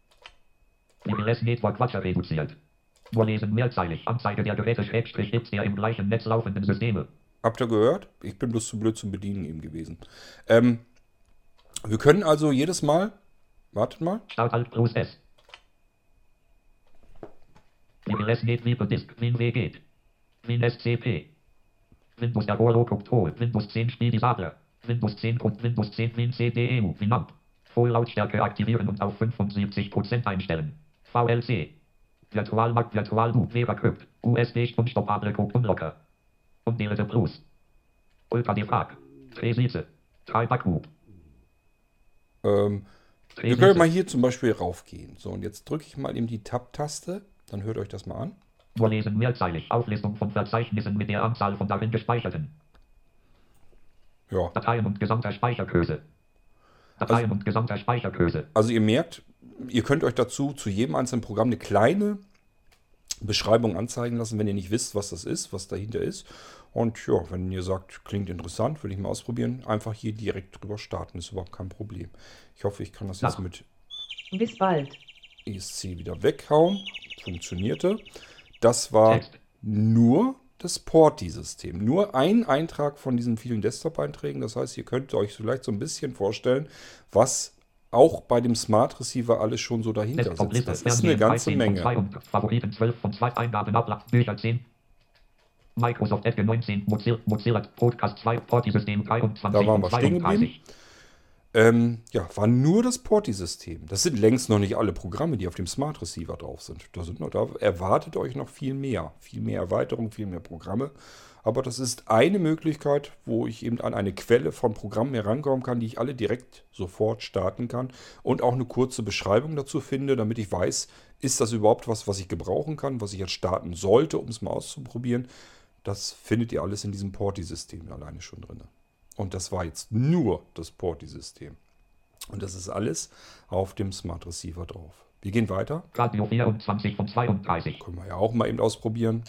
Virus Network Watcher reduziert. Vorlesen mehrzeilig, Anzeige der Geräte Schrägstrich X der im gleichen Netz laufenden Systeme. Habt ihr gehört? Ich bin bloß zu blöd zum Bedienen eben gewesen. Ähm, wir können also jedes Mal, wartet mal. Start Alt Plus S. Virus Net ViperDisk, WinWGate, WinSCP, Windows Error Control, Windows zehn Stabilisator, Windows zehn und Windows zehn WinCDEU, Winamp, Volllautstärke aktivieren und auf fünfundsiebzig Prozent einstellen. V L C, Virtual Mac, Virtual Loop, VeraCrypt, U S B Unstoppable Code Unlocker, Undelete Plus, Ultra Defrag, Tresize, Treiber Group. Ähm, wir können mal hier zum Beispiel raufgehen. So, und jetzt drücke ich mal eben die Tab-Taste, dann hört euch das mal an. Vorlesen mehrzeilig, Auflistung von Verzeichnissen mit der Anzahl von darin gespeicherten Ja. Dateien und gesamter Speichergröße. Dateien Also- und gesamter Speichergröße. Also ihr merkt, ihr könnt euch dazu zu jedem einzelnen Programm eine kleine Beschreibung anzeigen lassen, wenn ihr nicht wisst, was das ist, was dahinter ist. Und ja, wenn ihr sagt, klingt interessant, will ich mal ausprobieren, einfach hier direkt drüber starten, ist überhaupt kein Problem. Ich hoffe, ich kann das jetzt Ja. mit Bis bald. E S C wieder weghauen. Funktionierte. Das war Text. nur das Porti-System. Nur ein Eintrag von diesen vielen Desktop-Einträgen. Das heißt, ihr könnt euch vielleicht so ein bisschen vorstellen, was auch bei dem Smart Receiver alles schon so dahinter sitzt. Desktop-Liste, Das ist eine Fernsehen, ganze dreizehn von zwei Menge. und Favoriten zwölf von zwei, Eingaben, Ablauf, Bücher zehn. Microsoft Edge neunzehn, Mozilla, Mozilla Podcast zwei, Porti-System dreiundzwanzig Da waren und wir stehen zweiunddreißig. Ähm, ja, war nur das Porti-System. Das sind längst noch nicht alle Programme, die auf dem Smart Receiver drauf sind. Da, sind noch, da erwartet euch noch viel mehr. Viel mehr Erweiterung, viel mehr Programme. Aber das ist eine Möglichkeit, wo ich eben an eine Quelle von Programmen herankommen kann, die ich alle direkt sofort starten kann. Und auch eine kurze Beschreibung dazu finde, damit ich weiß, ist das überhaupt was, was ich gebrauchen kann, was ich jetzt starten sollte, um es mal auszuprobieren. Das findet ihr alles in diesem Porti-System alleine schon drin. Und das war jetzt nur das Porti-System. Und das ist alles auf dem Smart Receiver drauf. Wir gehen weiter. Radio vierundzwanzig von zweiunddreißig. Können wir ja auch mal eben ausprobieren.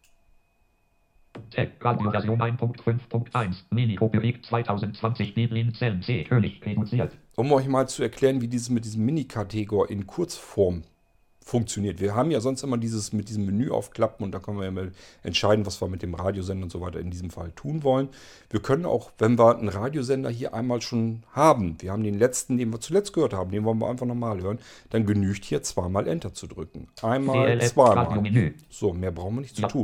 Tech, Radio Version eins Punkt fünf Punkt eins. Mini-Copyright zweitausendzwanzig. Biblin Zellen C. König reduziert. Um euch mal zu erklären, wie dieses mit diesem Mini-Kategor in Kurzform funktioniert. Wir haben ja sonst immer dieses mit diesem Menü aufklappen und da können wir ja mal entscheiden, was wir mit dem Radiosender und so weiter in diesem Fall tun wollen. Wir können auch, wenn wir einen Radiosender hier einmal schon haben, wir haben den letzten, den wir zuletzt gehört haben, den wollen wir einfach nochmal hören, dann genügt hier zweimal Enter zu drücken. Einmal, zweimal. So, mehr brauchen wir nicht zu tun.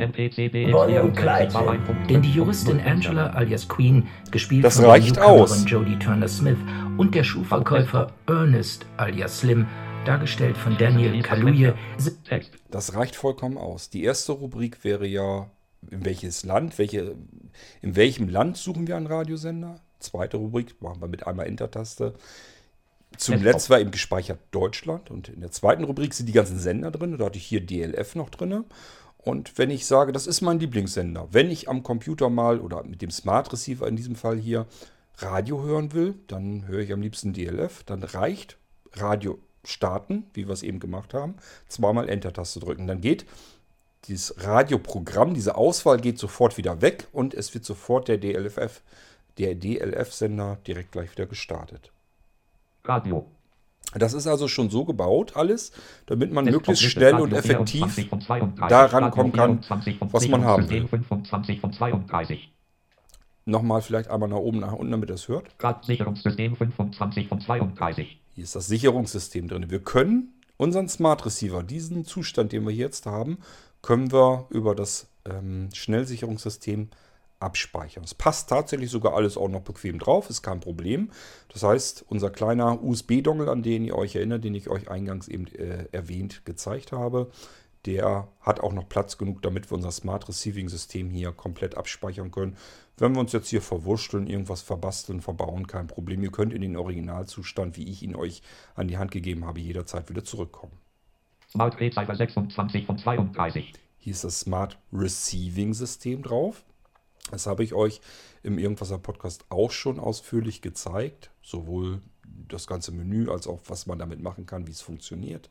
Denn die Juristin Angela alias Queen, gespielt Das von der reicht aus. Newcomerin Jodie Turner-Smith, und der Schuhverkäufer Ernest alias Slim, dargestellt von Daniel Kaluuya, sind Text. Das reicht vollkommen aus. Die erste Rubrik wäre ja in welches Land, welche, in welchem Land suchen wir einen Radiosender. Zweite Rubrik, machen wir mit einmal Enter-Taste. Zuletzt war eben gespeichert Deutschland und in der zweiten Rubrik sind die ganzen Sender drin. Da hatte ich hier D L F noch drin. Und wenn ich sage, das ist mein Lieblingssender, wenn ich am Computer mal oder mit dem Smart Receiver in diesem Fall hier Radio hören will, dann höre ich am liebsten D L F. Dann reicht Radio starten, wie wir es eben gemacht haben, zweimal Enter-Taste drücken. Dann geht dieses Radioprogramm, diese Auswahl geht sofort wieder weg und es wird sofort der D L F, der D L F-Sender direkt gleich wieder gestartet. Radio. Das ist also schon so gebaut, alles, damit man Desktop möglichst Liste, schnell Radio und effektiv vierundzwanzig von zweiunddreißig, da Radio rankommen kann, vierundzwanzig von was man haben Sicherungssystem will. fünfundzwanzig von zweiunddreißig. Nochmal vielleicht einmal nach oben, nach unten, damit ihr es hört. Grad Sicherungssystem fünfundzwanzig von zweiunddreißig. Hier ist das Sicherungssystem drin. Wir können unseren Smart Receiver, diesen Zustand, den wir jetzt haben, können wir über das ähm, Schnellsicherungssystem abspeichern. Es passt tatsächlich sogar alles auch noch bequem drauf, ist kein Problem. Das heißt, unser kleiner U S B-Dongle, an den ihr euch erinnert, den ich euch eingangs eben äh, erwähnt, gezeigt habe, der hat auch noch Platz genug, damit wir unser Smart Receiving System hier komplett abspeichern können. Wenn wir uns jetzt hier verwurschteln, irgendwas verbasteln, verbauen, kein Problem. Ihr könnt in den Originalzustand, wie ich ihn euch an die Hand gegeben habe, jederzeit wieder zurückkommen. Smart Drehzeiger sechsundzwanzig von zweiunddreißig. Hier ist das Smart Receiving System drauf. Das habe ich euch im Irgendwasser Podcast auch schon ausführlich gezeigt. Sowohl das ganze Menü als auch, was man damit machen kann, wie es funktioniert.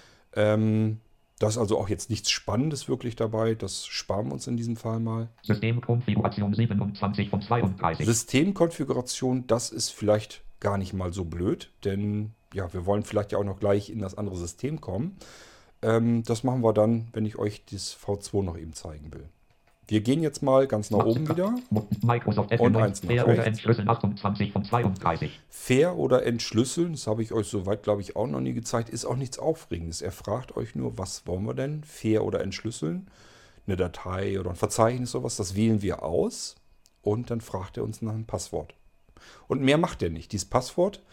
Ähm, da ist also auch jetzt nichts Spannendes wirklich dabei. Das sparen wir uns in diesem Fall mal. Systemkonfiguration siebenundzwanzig von zweiunddreißig. Systemkonfiguration, das ist vielleicht gar nicht mal so blöd. Denn ja, wir wollen vielleicht ja auch noch gleich in das andere System kommen. Ähm, das machen wir dann, wenn ich euch das V zwei noch eben zeigen will. Wir gehen jetzt mal ganz nach oben wieder. Microsoft Und eins nach Fair oder rechts. entschlüsseln achtundzwanzig von zweiunddreißig. Fair oder entschlüsseln, das habe ich euch soweit, glaube ich, auch noch nie gezeigt, ist auch nichts Aufregendes. Er fragt euch nur, was wollen wir denn? Fair oder entschlüsseln? Eine Datei oder ein Verzeichnis oder was, das wählen wir aus und dann fragt er uns nach einem Passwort. Und mehr macht er nicht. Dieses Passwort,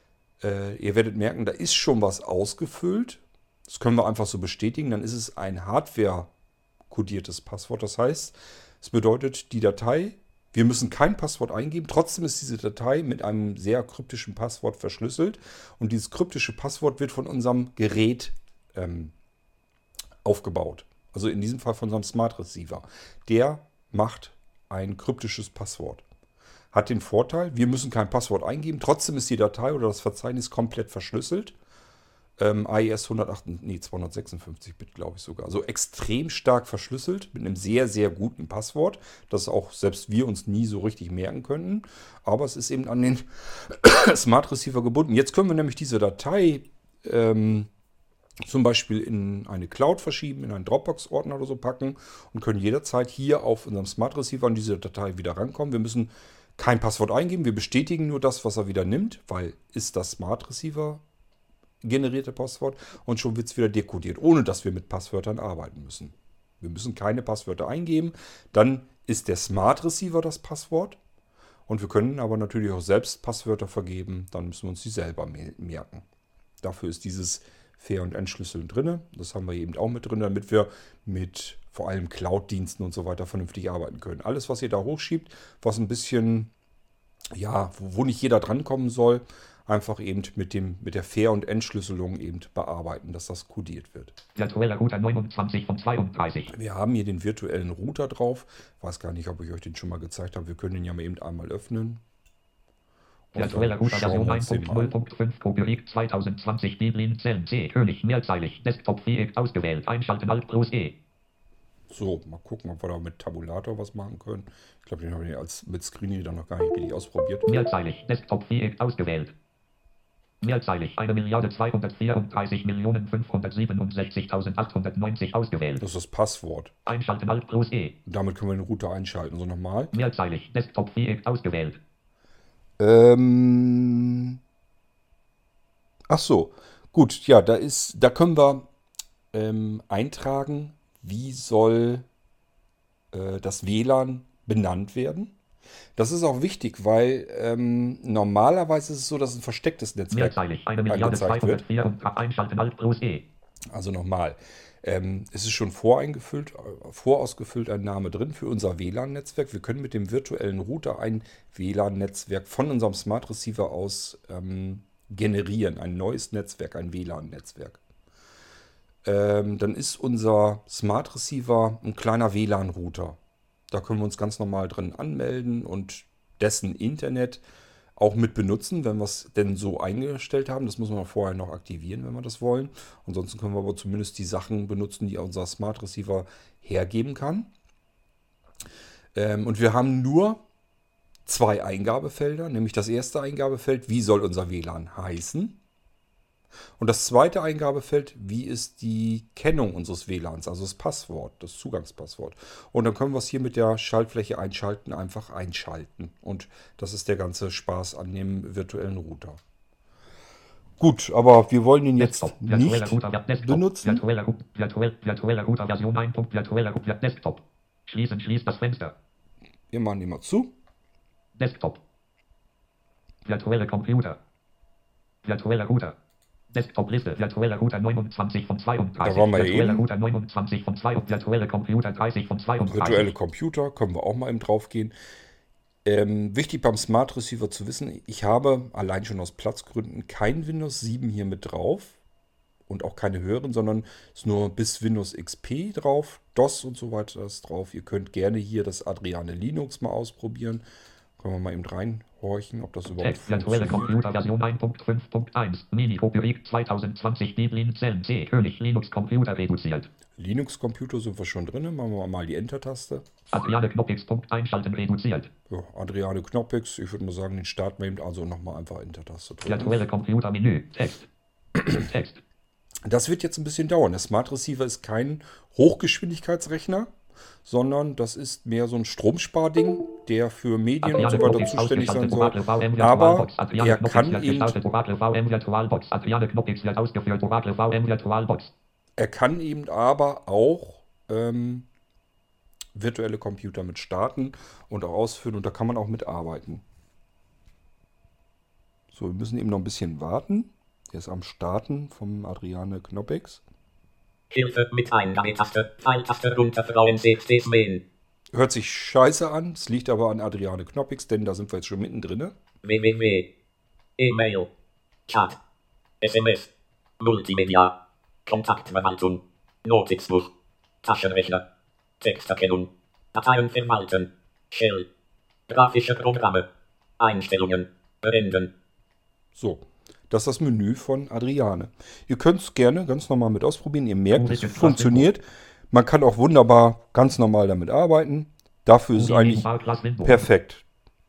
äh, ihr werdet merken, da ist schon was ausgefüllt. Das können wir einfach so bestätigen. Dann ist es ein Hardware- kodiertes Passwort. Das heißt, es bedeutet, die Datei, wir müssen kein Passwort eingeben, trotzdem ist diese Datei mit einem sehr kryptischen Passwort verschlüsselt und dieses kryptische Passwort wird von unserem Gerät ähm, aufgebaut. Also in diesem Fall von unserem Smart Receiver. Der macht ein kryptisches Passwort. Hat den Vorteil, wir müssen kein Passwort eingeben, trotzdem ist die Datei oder das Verzeichnis komplett verschlüsselt. Ähm, A E S hundertacht, nee, zweihundertsechsundfünfzig Bit, glaube ich sogar. Also extrem stark verschlüsselt mit einem sehr, sehr guten Passwort, das auch selbst wir uns nie so richtig merken könnten. Aber es ist eben an den Smart Receiver gebunden. Jetzt können wir nämlich diese Datei ähm, zum Beispiel in eine Cloud verschieben, in einen Dropbox-Ordner oder so packen und können jederzeit hier auf unserem Smart Receiver an diese Datei wieder rankommen. Wir müssen kein Passwort eingeben, wir bestätigen nur das, was er wieder nimmt, weil ist das Smart Receiver generierte Passwort und schon wird es wieder dekodiert, ohne dass wir mit Passwörtern arbeiten müssen. Wir müssen keine Passwörter eingeben, dann ist der Smart Receiver das Passwort und wir können aber natürlich auch selbst Passwörter vergeben, dann müssen wir uns die selber merken. Dafür ist dieses Fair- und Entschlüsseln drin, das haben wir eben auch mit drin, damit wir mit vor allem Cloud-Diensten und so weiter vernünftig arbeiten können. Alles, was ihr da hochschiebt, was ein bisschen, ja, wo, wo nicht jeder drankommen soll, einfach eben mit, dem, mit der Fair- und Entschlüsselung eben bearbeiten, dass das kodiert wird. Virtueller Router neunundzwanzig von zweiunddreißig. Wir haben hier den virtuellen Router drauf. Weiß gar nicht, ob ich euch den schon mal gezeigt habe. Wir können den ja mal eben einmal öffnen. Und Virtueller dann Router schauen Version wir uns den eins mal Punkt an. null Punkt fünf Koberik zweitausendzwanzig Deblin Zellen C König mehrzeilig Desktop Viereck ausgewählt Einschalten Alt Plus E. So, mal gucken, ob wir da mit Tabulator was machen können. Ich glaube, den habe ich als mit Screenreader noch gar nicht richtig ausprobiert. Mehrzeilig Desktop Viereck ausgewählt. Mehrzeilig eine Milliarde zweihundertvierunddreißig Millionen fünfhundertsiebenundsechzigtausendachthundertneunzig ausgewählt. Das ist das Passwort. Einschalten Alt Plus E. Und damit können wir den Router einschalten. So nochmal. Mehrzeilig Desktop Viereck ausgewählt. Ähm. Ach so. Gut, ja, da ist, da können wir ähm, eintragen, wie soll äh, das W L A N benannt werden. Das ist auch wichtig, weil ähm, normalerweise ist es so, dass ein verstecktes Netzwerk Mehrzeilig eine Milliarde angezeigt wird. zweihundertvierunddreißig Einschalten Alt Plus E. Also nochmal. Ähm, es ist schon voreingefüllt, äh, vorausgefüllt ein Name drin für unser W L A N-Netzwerk. Wir können mit dem virtuellen Router ein W L A N-Netzwerk von unserem Smart Receiver aus ähm, generieren. Ein neues Netzwerk, ein W L A N-Netzwerk. Ähm, dann ist unser Smart Receiver ein kleiner W L A N-Router. Da können wir uns ganz normal drin anmelden und dessen Internet auch mit benutzen, wenn wir es denn so eingestellt haben. Das muss man vorher noch aktivieren, wenn wir das wollen. Ansonsten können wir aber zumindest die Sachen benutzen, die unser Smart Receiver hergeben kann. Ähm, und wir haben nur zwei Eingabefelder, nämlich das erste Eingabefeld, wie soll unser W L A N heißen? Und das zweite Eingabefeld, wie ist die Kennung unseres W L A Ns, also das Passwort, das Zugangspasswort. Und dann können wir es hier mit der Schaltfläche einschalten, einfach einschalten. Und das ist der ganze Spaß an dem virtuellen Router. Gut, aber wir wollen ihn jetzt Desktop. nicht Virtueller Router, Desktop. benutzen. Virtueller, Ru- virtuell, virtueller Router Version eins. Virtueller Router Desktop. Schließen, schließt das Fenster. Wir machen die mal zu. Desktop. Virtuelle Computer. Virtueller Router. Desktop-Liste. Virtueller Router neunundzwanzig von zweiunddreißig. Da waren wir Virtueller eben. Router neunundzwanzig von zwei. Virtuelle Computer dreißig von zweiunddreißig. Virtuelle Computer, können wir auch mal eben drauf gehen. Ähm, wichtig beim Smart Receiver zu wissen, ich habe allein schon aus Platzgründen kein Windows sieben hier mit drauf und auch keine höheren, sondern es ist nur bis Windows X P drauf, DOS und so weiter ist drauf. Ihr könnt gerne hier das Adriane Linux mal ausprobieren. Können wir mal eben reinhorchen, ob das überhaupt Text. Virtuelle funktioniert. Computer Version eins Punkt fünf Punkt eins. Mini-Copyright zwanzig zwanzig. Debian Zellen C. König Linux Computer reduziert. Linux-Computer sind wir schon drin. Machen wir mal die Enter-Taste. Adriane Knoppix. Punkt Einschalten reduziert. Ja, Adriane Knoppix, ich würde mal sagen, den starten wir eben also nochmal einfach Enter-Taste drücken. Virtuelle Computer Menü. Text. Text. Das wird jetzt ein bisschen dauern. Der Smart Receiver ist kein Hochgeschwindigkeitsrechner, sondern das ist mehr so ein Stromsparding, der für Medien und so weiter zuständig sein soll. Aber er kann eben, er kann eben aber auch ähm, virtuelle Computer mit starten und auch ausführen und da kann man auch mitarbeiten. So, wir müssen eben noch ein bisschen warten. Er ist am Starten vom Adriane Knoppix. Hilfe mit Eingabetaste, Pfeiltaste runterfrauen, seht des Mail. Hört sich scheiße an, es liegt aber an Adriane Knoppix, denn da sind wir jetzt schon mittendrin. www. E-Mail. Chat. S M S. Multimedia. Kontaktverwaltung. Notizbuch. Taschenrechner. Texterkennung. Dateien verwalten. Shell. Grafische Programme. Einstellungen. Beenden. So, das ist das Menü von Adriane. Ihr könnt es gerne ganz normal mit ausprobieren. Ihr merkt, es funktioniert. Man kann auch wunderbar ganz normal damit arbeiten. Dafür ist es eigentlich perfekt.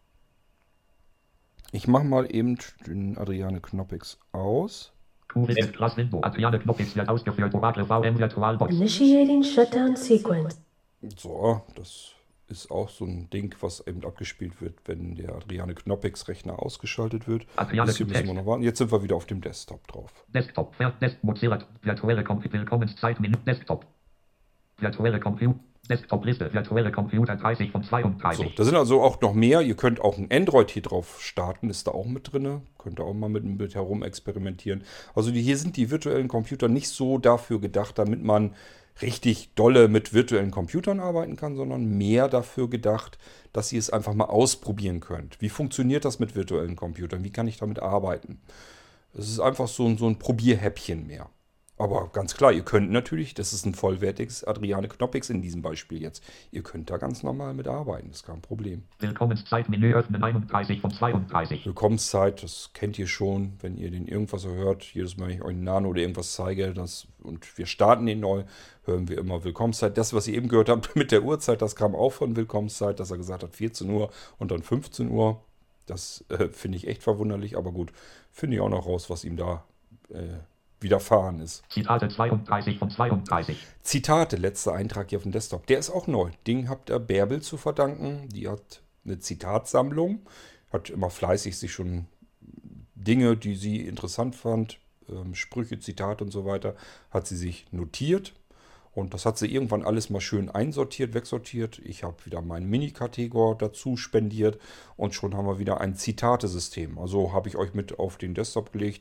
Ich mache mal eben den Adriane Knoppix aus. Adriane Knoppix wird ausgeführt. Oracle V M VirtualBox. Initiating shutdown sequence. So, das ist auch so ein Ding, was eben abgespielt wird, wenn der Adriane Knoppix-Rechner ausgeschaltet wird. Adriane Bis hier müssen wir noch warten. Jetzt sind wir wieder auf dem Desktop drauf. Desktop. Desk Mozilla. Virtuelle Computer. Willkommenszeit. Menü. Desktop. Virtuelle Computer. Desktop-Liste. Virtuelle Computer dreißig von So, zweiunddreißig. da sind also auch noch mehr. Ihr könnt auch ein Android hier drauf starten, ist da auch mit drin. Könnt ihr auch mal mit, mit herum experimentieren. Also die, hier sind die virtuellen Computer nicht so dafür gedacht, damit man richtig dolle mit virtuellen Computern arbeiten kann, sondern mehr dafür gedacht, dass ihr es einfach mal ausprobieren könnt. Wie funktioniert das mit virtuellen Computern? Wie kann ich damit arbeiten? Es ist einfach so, ein- so ein Probierhäppchen mehr. Aber ganz klar, ihr könnt natürlich, das ist ein vollwertiges Adriane Knoppix in diesem Beispiel jetzt. Ihr könnt da ganz normal mit arbeiten, das ist kein Problem. Willkommenszeit. Menü öffnen. einunddreißig von zweiunddreißig. Willkommenszeit, das kennt ihr schon, wenn ihr den irgendwas hört. Jedes Mal, wenn ich euch einen Nano oder irgendwas zeige das, und wir starten den neu, hören wir immer Willkommenszeit. Das, was ihr eben gehört habt mit der Uhrzeit, das kam auch von Willkommenszeit, dass er gesagt hat vierzehn Uhr und dann fünfzehn Uhr. Das äh, finde ich echt verwunderlich, aber gut, finde ich auch noch raus, was ihm da äh, widerfahren ist. Zitate zweiunddreißig von zweiunddreißig. Zitate, letzter Eintrag hier auf dem Desktop. Der ist auch neu. Den habt ihr Bärbel zu verdanken. Die hat eine Zitatsammlung. Hat immer fleißig sich schon Dinge, die sie interessant fand, ähm, Sprüche, Zitate und so weiter, hat sie sich notiert. Und das hat sie irgendwann alles mal schön einsortiert, wegsortiert. Ich habe wieder meinen Mini-Kategor dazu spendiert und schon haben wir wieder ein Zitatesystem. Also habe ich euch mit auf den Desktop gelegt.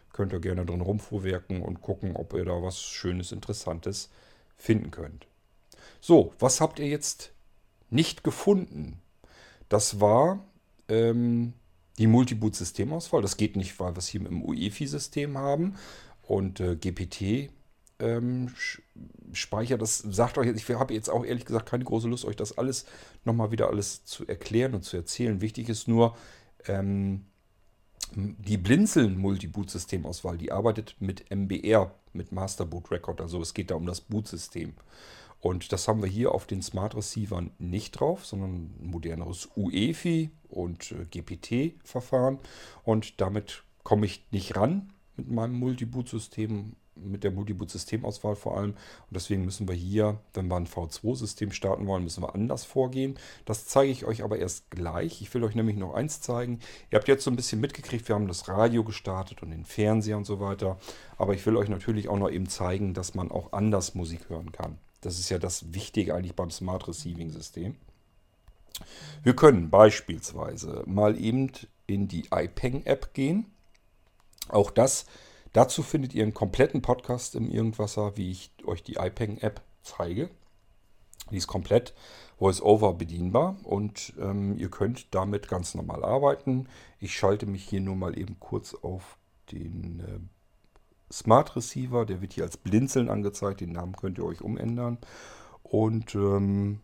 Könnt ihr gerne drin rumfuhrwerken und gucken, ob ihr da was Schönes, Interessantes finden könnt. So, was habt ihr jetzt nicht gefunden? Das war ähm, die Multiboot-Systemauswahl. Das geht nicht, weil wir es hier mit dem U E F I-System haben. Und äh, G P T ähm, Speicher, das sagt euch jetzt, ich habe jetzt auch ehrlich gesagt keine große Lust, euch das alles nochmal wieder alles zu erklären und zu erzählen. Wichtig ist nur, ähm, die Blinzeln-Multiboot-Systemauswahl, die arbeitet mit M B R, mit Master Boot Record. Also es geht da um das Bootsystem. Und das haben wir hier auf den Smart Receivern nicht drauf, sondern ein moderneres U E F I und äh, G P T-Verfahren. Und damit komme ich nicht ran mit meinem Multiboot-System, mit der Multiboot-Systemauswahl vor allem. Und deswegen müssen wir hier, wenn wir ein V zwei System starten wollen, müssen wir anders vorgehen. Das zeige ich euch aber erst gleich. Ich will euch nämlich noch eins zeigen. Ihr habt jetzt so ein bisschen mitgekriegt, wir haben das Radio gestartet und den Fernseher und so weiter. Aber ich will euch natürlich auch noch eben zeigen, dass man auch anders Musik hören kann. Das ist ja das Wichtige eigentlich beim Smart Receiving System. Wir können beispielsweise mal eben in die iPeng-App gehen. Auch das, dazu findet ihr einen kompletten Podcast im Irgendwasser, wie ich euch die iPeng-App zeige. Die ist komplett Voice-Over bedienbar und ähm, ihr könnt damit ganz normal arbeiten. Ich schalte mich hier nur mal eben kurz auf den äh, Smart Receiver. Der wird hier als Blinzeln angezeigt. Den Namen könnt ihr euch umändern. Und ähm,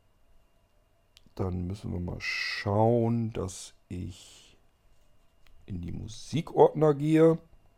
dann müssen wir mal schauen, dass ich in die Musikordner gehe.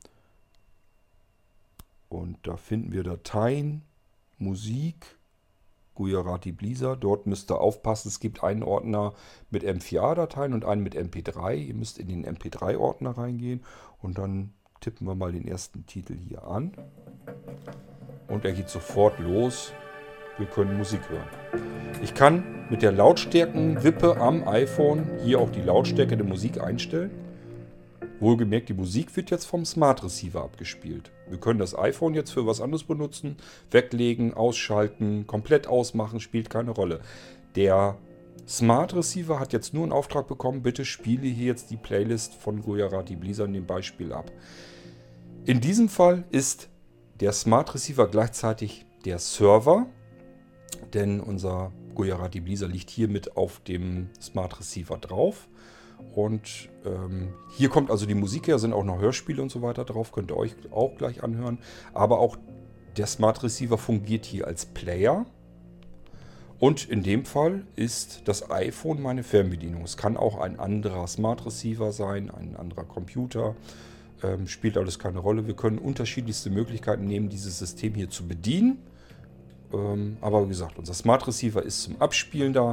Und da finden wir Dateien, Musik, Gujarati Blizzard. Dort müsst ihr aufpassen, es gibt einen Ordner mit M vier A-Dateien und einen mit M P drei. Ihr müsst in den M P drei Ordner reingehen und dann tippen wir mal den ersten Titel hier an. Und er geht sofort los. Wir können Musik hören. Ich kann mit der Lautstärkenwippe am iPhone hier auch die Lautstärke der Musik einstellen. Wohlgemerkt, die Musik wird jetzt vom Smart Receiver abgespielt. Wir können das iPhone jetzt für was anderes benutzen, weglegen, ausschalten, komplett ausmachen, spielt keine Rolle. Der Smart Receiver hat jetzt nur einen Auftrag bekommen, bitte spiele hier jetzt die Playlist von Gujarati Blizzard in dem Beispiel ab. In diesem Fall ist der Smart Receiver gleichzeitig der Server, denn unser Gujarati Blizzard liegt hier mit auf dem Smart Receiver drauf. Und ähm, hier kommt also die Musik her, sind auch noch Hörspiele und so weiter drauf, könnt ihr euch auch gleich anhören. Aber auch der Smart Receiver fungiert hier als Player. Und in dem Fall ist das iPhone meine Fernbedienung. Es kann auch ein anderer Smart Receiver sein, ein anderer Computer. Ähm, spielt alles keine Rolle. Wir können unterschiedlichste Möglichkeiten nehmen, dieses System hier zu bedienen. Ähm, aber wie gesagt, unser Smart Receiver ist zum Abspielen da.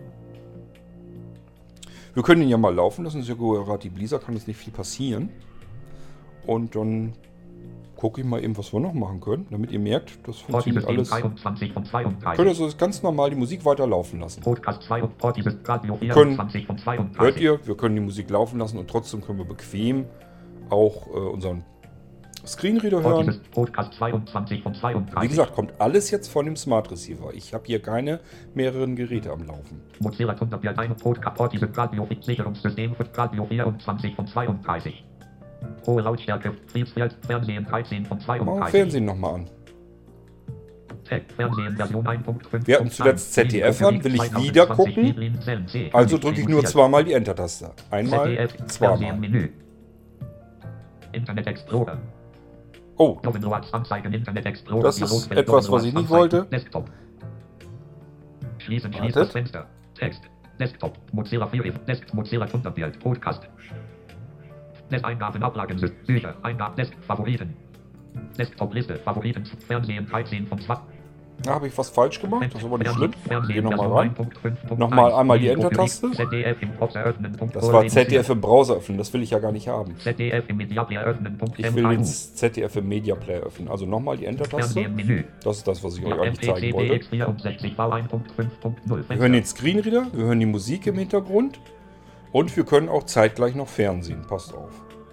Wir können ihn ja mal laufen lassen. Das ist ja Gujarati Blizzard, kann jetzt nicht viel passieren. Und dann gucke ich mal eben, was wir noch machen können, damit ihr merkt, das funktioniert alles. dreiundzwanzig von zweiunddreißig. Könnt also ganz normal die Musik weiterlaufen lassen. Podcast zwei und Podcast Radio Können, vierundzwanzig von zweiunddreißig. hört ihr, wir können die Musik laufen lassen und trotzdem können wir bequem auch äh, unseren Screenreader hören. Podcast zweiundzwanzig von zweiunddreißig. Wie gesagt, kommt alles jetzt von dem Smart Receiver. Ich habe hier keine mehreren Geräte am Laufen. Mozilla Thunderbird ein Podcast Radio Sicherungssystem für Radio vierundzwanzig von zweiunddreißig. Hohe Lautstärke, Friedfeld, Fernsehen dreizehn von Machen wir zweiunddreißig. Fernsehen nochmal an. Tech, Fernsehen Version eins Punkt fünf. Wir hatten zuletzt Z D F an, will ich wieder gucken. Also drücke ich nur zweimal die Enter-Taste. Einmal, zweimal. Menü. Internet Explorer. Oh, Anzeigen, Internet Explorer. das ist etwas, was ich nicht wollte. Desktop. Schließen, schließen Wartet. das Fenster. Text. Desktop. Mozilla vier. Desk. Mozilla Thunderbird. Podcast. Desk Eingaben, Ablagen, Bücher, Eingaben, Desk, Favoriten. Desktop-Liste, Favoriten, Fernsehen dreizehn von zwanzig. Da habe ich was falsch gemacht, das ist aber nicht schlimm. Geh nochmal Version rein. eins Punkt fünf Punkt Nochmal eins. einmal die Republik, Enter-Taste. Z D F im Browser öffnen. Das war Z D F im Browser öffnen, das will ich ja gar nicht haben. Z D F im Media Player öffnen. Ich will den Z D F im Media Player öffnen. Also nochmal die Enter-Taste. Fernsehenmenü. Das ist das, was ich euch M eigentlich P zeigen C B wollte. X vierundsechzig V eins Punkt fünf Punkt null. Wir hören den Screenreader, wir hören die Musik im Hintergrund und wir können auch zeitgleich noch Fernsehen. Passt auf.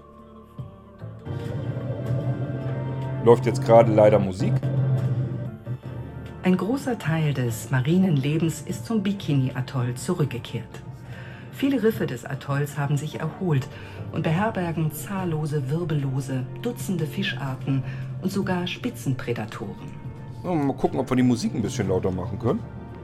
Läuft jetzt gerade leider Musik. Ein großer Teil des marinen Lebens ist zum Bikini-Atoll zurückgekehrt. Viele Riffe des Atolls haben sich erholt und beherbergen zahllose Wirbellose, Dutzende Fischarten und sogar Spitzenprädatoren. Ja, mal gucken, ob wir die Musik ein bisschen lauter machen können.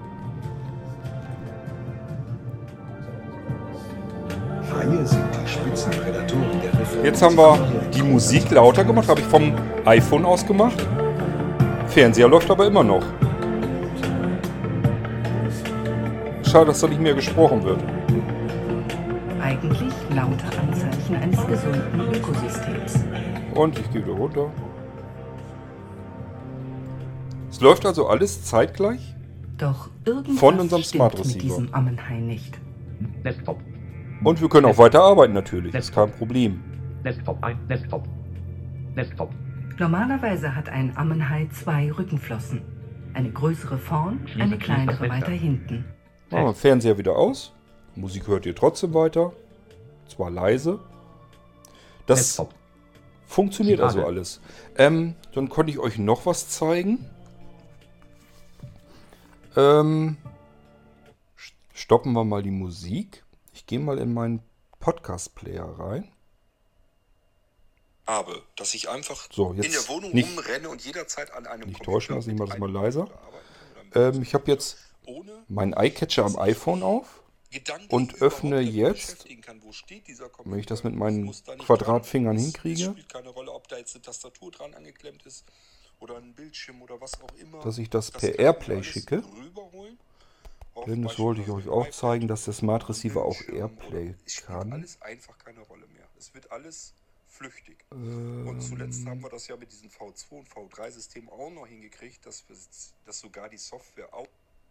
Haie sind die Spitzenprädatoren der Riffe. Jetzt haben wir die Musik lauter gemacht, habe ich vom iPhone aus gemacht. Fernseher läuft aber immer noch. Schade, dass da nicht mehr gesprochen wird. Eigentlich lauter Anzeichen eines gesunden Ökosystems. Und ich gehe wieder runter. Es läuft also alles zeitgleich Doch irgendwas von unserem stimmt Smart mit Receiver. diesem Ammenhai nicht. Desktop. Und wir können auch weiter arbeiten natürlich, ist kein Problem. Desktop ein. Desktop. Desktop. Normalerweise hat ein Ammenhai zwei Rückenflossen. Eine größere vorn, eine kleinere weiter hinten. Machen wir Fernseher wieder aus. Musik hört ihr trotzdem weiter. Zwar leise. Das Desktop. funktioniert Zitate. also alles. Ähm, dann konnte ich euch noch was zeigen. Ähm, stoppen wir mal die Musik. Ich gehe mal in meinen Podcast-Player rein. habe, dass ich einfach So, jetzt in der Wohnung nicht- rumrenne und jederzeit an einem Nicht Computer täuschen lassen, ich mache das mal mit einem leiser. Computer arbeiten kann oder mit Ähm, ich habe jetzt ohne meinen Eyecatcher am iPhone auf. gedanklich und überhaupt öffne damit jetzt, beschäftigen kann, wo steht dieser Computer. wenn ich das mit meinen muss da nicht Quadratfingern dran. Es- hinkriege, Es spielt keine Rolle, ob da jetzt eine Tastatur dran angeklemmt ist oder ein Bildschirm oder was auch immer. dass ich das per kann Airplay alles schicke. rüberholen. Auf Denn das wollte ich euch beispielsweise auch ein zeigen, iPad, dass der Smart Receiver auch Bildschirm Airplay oder- es spielt kann. alles einfach keine Rolle mehr. Es wird alles flüchtig. Ähm, Und zuletzt haben wir das ja mit diesem V zwei und V drei System auch noch hingekriegt, dass, wir, dass sogar die Software auch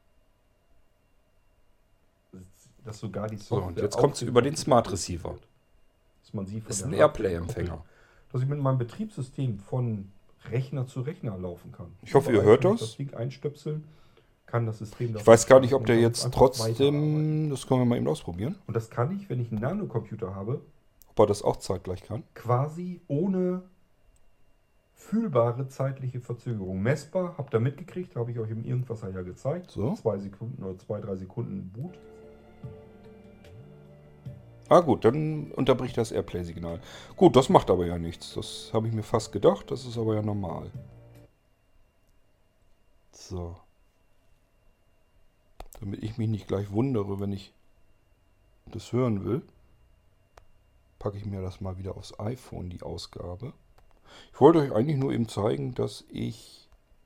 dass sogar die So, Software und jetzt auf kommt es dem über den Computer Smart Receiver. wird, dass man sie von Das ist der ein Hardware Airplay-Empfänger. koppelt, dass ich mit meinem Betriebssystem von Rechner zu Rechner laufen kann. Ich hoffe, ihr Überall hört kann ich das. Das Ding einstöpseln, kann das System Ich weiß gar nicht, ob der und jetzt einfach trotzdem, weiterarbeiten. das können wir mal eben ausprobieren, Und das kann ich, wenn ich einen Nanocomputer habe, ob er das auch zeitgleich kann. quasi ohne fühlbare zeitliche Verzögerung. Messbar, habt ihr mitgekriegt, habe ich euch im Irgendwas ja gezeigt. So. Zwei Sekunden oder zwei, drei Sekunden Boot. Ah gut, dann unterbricht das Airplay-Signal. Gut, das macht aber ja nichts. Das habe ich mir fast gedacht, das ist aber ja normal. So. Damit ich mich nicht gleich wundere, wenn ich das hören will, packe ich mir das mal wieder aufs iPhone, die Ausgabe. Ich wollte euch eigentlich nur eben zeigen, dass ich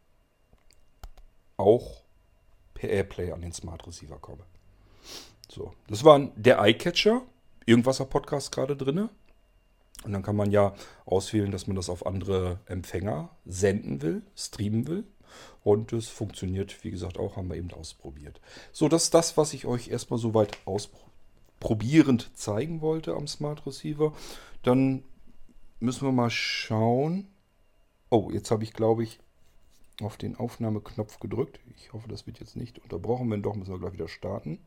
auch per Airplay an den Smart Receiver komme. So, das war der Eyecatcher. Irgendwaser Podcast gerade drin. Und dann kann man ja auswählen, dass man das auf andere Empfänger senden will, streamen will. Und es funktioniert, wie gesagt, auch, haben wir eben ausprobiert. So, das ist das, was ich euch erstmal soweit ausprobierend zeigen wollte am Smart Receiver. Dann müssen wir mal schauen. Oh, jetzt habe ich, glaube ich, auf den Aufnahmeknopf gedrückt. Ich hoffe, das wird jetzt nicht unterbrochen. Wenn doch, müssen wir gleich wieder starten.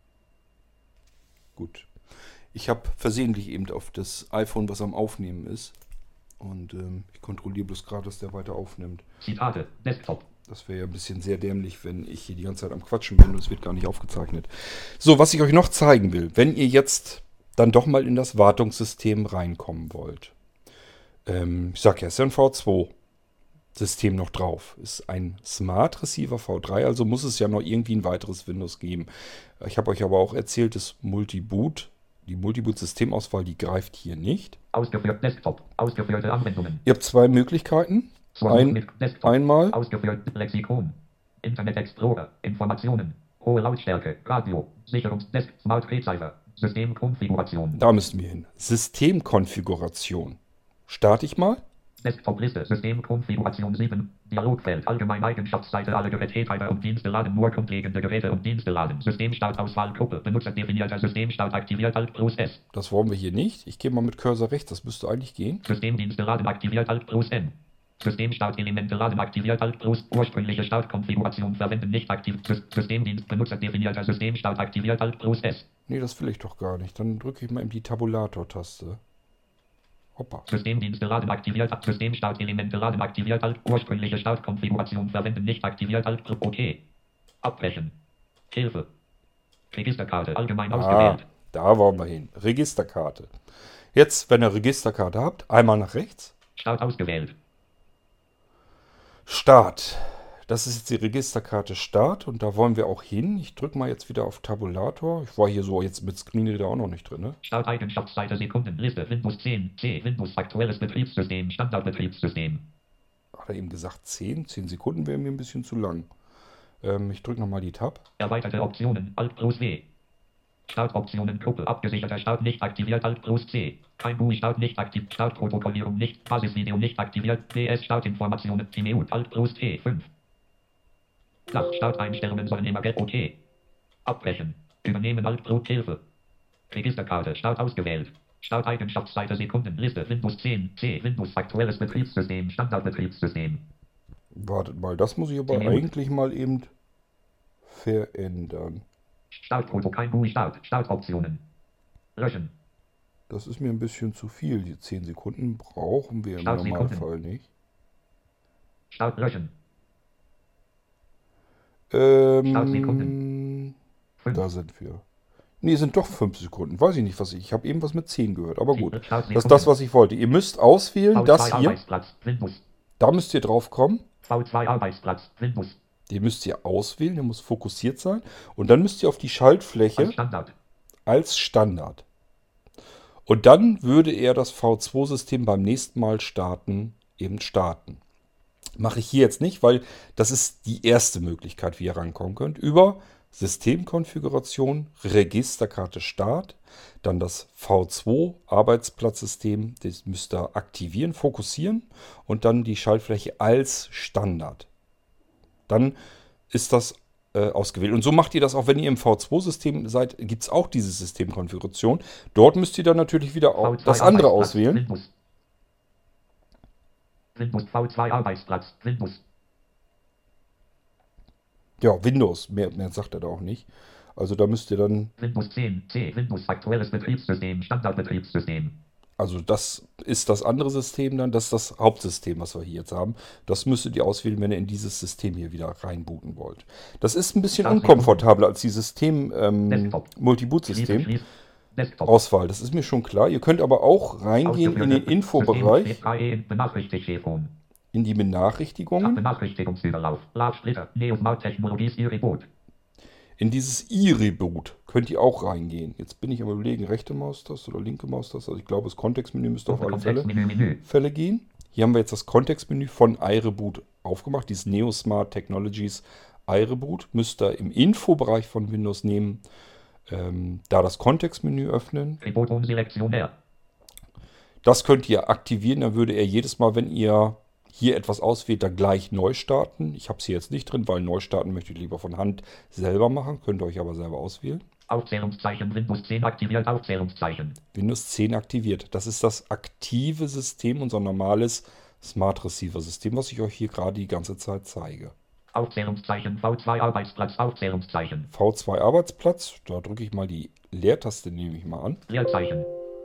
Gut. Ich habe versehentlich eben auf das iPhone, was am Aufnehmen ist. Und ähm, ich kontrolliere bloß gerade, dass der weiter aufnimmt. Zitate, Desktop. Das wäre ja ein bisschen sehr dämlich, wenn ich hier die ganze Zeit am Quatschen bin und es wird gar nicht aufgezeichnet. So, was ich euch noch zeigen will. Wenn ihr jetzt dann doch mal in das Wartungssystem reinkommen wollt. Ähm, ich sage ja, es ist ja ein V zwei System noch drauf. Ist ein Smart Receiver V drei, also muss es ja noch irgendwie ein weiteres Windows geben. Ich habe euch aber auch erzählt, das Multiboot, die Multiboot-Systemauswahl, die greift hier nicht. Ausgeführt Desktop. Ausgeführte Anwendungen. Ihr habt zwei Möglichkeiten. Ein, Mit Desktop. einmal, Ausgeführt Lexikon. Internet Explorer. Informationen. Hohe Lautstärke. Radio. Sicherungsdesk. Smart Receiver. Systemkonfiguration. da müssen wir hin. Systemkonfiguration. Starte ich mal. Desktop-Liste. Systemkonfiguration sieben. Dialogfeld. Allgemeine Eigenschaftsseite. Alle Geräte und Dienste laden. Nur grundlegende Geräte und Dienste laden. Systemstart-Auswahlgruppe. Benutzer definierter Systemstart aktiviert. Alt plus S. Das wollen wir hier nicht. Ich gehe mal mit Cursor rechts. Das müsste eigentlich gehen. Systemdienste laden aktiviert. Alt plus N. Systemstartelemente laden aktiviert. Alt plus. Ursprüngliche Startkonfiguration verwenden nicht aktiv. Sys- Systemdienst. Benutzer definierter Systemstart aktiviert. Alt plus S. Nee, das will ich doch gar nicht. Dann drücke ich mal eben die Tabulator-Taste. Hoppa. Systemdienste laden aktiviert. Systemstartelemente laden aktiviert. Alt. Ursprüngliche Startkonfiguration verwenden nicht aktiviert. Alt. Okay. Abbrechen. Hilfe. Registerkarte allgemein Ah, ausgewählt. Da wollen wir hin. Registerkarte. Jetzt, wenn ihr Registerkarte habt, einmal nach rechts. Start ausgewählt. Start. Das ist jetzt die Registerkarte Start und da wollen wir auch hin. Ich drücke mal jetzt wieder auf Tabulator. Ich war hier so jetzt mit Screenreader auch noch nicht drin. Ne? Start-Eigenschaftsseite Sekundenliste Windows zehn C Windows aktuelles Betriebssystem Standardbetriebssystem. Hat er eben gesagt zehn? zehn Sekunden wäre mir ein bisschen zu lang. Ähm, ich drücke nochmal die Tab. Erweiterte Optionen Alt plus W. Startoptionen Gruppe abgesicherter Start nicht aktiviert Alt plus C. Kein G U I Start nicht aktiv. Startprotokollierung nicht. Basisvideo nicht aktiviert. D S Startinformationen Mute Alt plus T fünf. Flach Starteinstellungen sollen immer get OK. Abbrechen. Übernehmen Alt plus Hilfe. Registerkarte Start ausgewählt. Start-Eigenschaftsseite Sekundenliste Windows zehn C Windows aktuelles Betriebssystem Standardbetriebssystem. Wartet mal, das muss ich aber Mute. eigentlich mal eben verändern. Startprotokoll kein G U I Start. Startoptionen. Löschen. Das ist mir ein bisschen zu viel. Die zehn Sekunden brauchen wir im Startsekunden. Normalfall nicht. Start löschen. Ähm, Fünf. da sind wir. Nee, sind doch fünf Sekunden. Weiß ich nicht, was ich. Ich habe eben was mit zehn gehört. Aber gut. Startsekunden. Das ist das, was ich wollte. Ihr müsst auswählen, V zwei das hier. Arbeitsplatz Windows. Da müsst ihr drauf kommen. V zwei Arbeitsplatz Windows. Den müsst ihr auswählen. Der muss fokussiert sein. Und dann müsst ihr auf die Schaltfläche Als Standard. als Standard. Und dann würde er das V zwei System beim nächsten Mal starten, eben starten. Mache ich hier jetzt nicht, weil das ist die erste Möglichkeit, wie ihr rankommen könnt. Über Systemkonfiguration, Registerkarte Start, dann das V zwei Arbeitsplatzsystem, das müsst ihr aktivieren, fokussieren und dann die Schaltfläche als Standard. Dann ist das äh, ausgewählt. Und so macht ihr das auch, wenn ihr im V zwei System seid, gibt es auch diese Systemkonfiguration. Dort müsst ihr dann natürlich wieder auch V zwei das andere Arbeitsplatz, auswählen. Windows. Windows V zwei Arbeitsplatz Windows. Ja, Windows, mehr, mehr sagt er da auch nicht. Also da müsst ihr dann, Windows zehn C Windows aktuelles Betriebssystem Standardbetriebssystem. also das ist das andere System dann, das ist das Hauptsystem, was wir hier jetzt haben. Das müsstet ihr auswählen, wenn ihr in dieses System hier wieder reinbooten wollt. Das ist ein bisschen unkomfortabler als die System ähm, Desktop. Multiboot-System. Schließ- Desktop. Auswahl, das ist mir schon klar. Ihr könnt aber auch reingehen in den Infobereich, Benachrichtigungstelefon. in die Benachrichtigungen, Benachrichtigungsüberlauf. Ladesplitter. Neosmart Technologies E-Reboot. in dieses i-Reboot könnt ihr auch reingehen. Jetzt bin ich am überlegen, rechte Maustaste oder linke Maustaste. Also ich glaube, das Kontextmenü müsste auf alle Fälle, Kontextmenü, Menü. Fälle gehen. Hier haben wir jetzt das Kontextmenü von iReboot aufgemacht. Dieses Neosmart Technologies iReboot müsst ihr im Infobereich von Windows nehmen. Ähm, da das Kontextmenü öffnen. Reboot und Selektionär. Das könnt ihr aktivieren. Dann würde er jedes Mal, wenn ihr hier etwas auswählt, da gleich neu starten. Ich habe es hier jetzt nicht drin, weil neu starten möchte ich lieber von Hand selber machen. Könnt ihr euch aber selber auswählen. Aufzählungszeichen Windows zehn aktiviert. Aufzählungszeichen. Windows zehn aktiviert. Das ist das aktive System, unser normales Smart Receiver System, was ich euch hier gerade die ganze Zeit zeige. Aufzählungszeichen V zwei Arbeitsplatz. Aufzählungszeichen. V zwei Arbeitsplatz, da drücke ich mal die Leertaste, nehme ich mal an. Leerzeichen.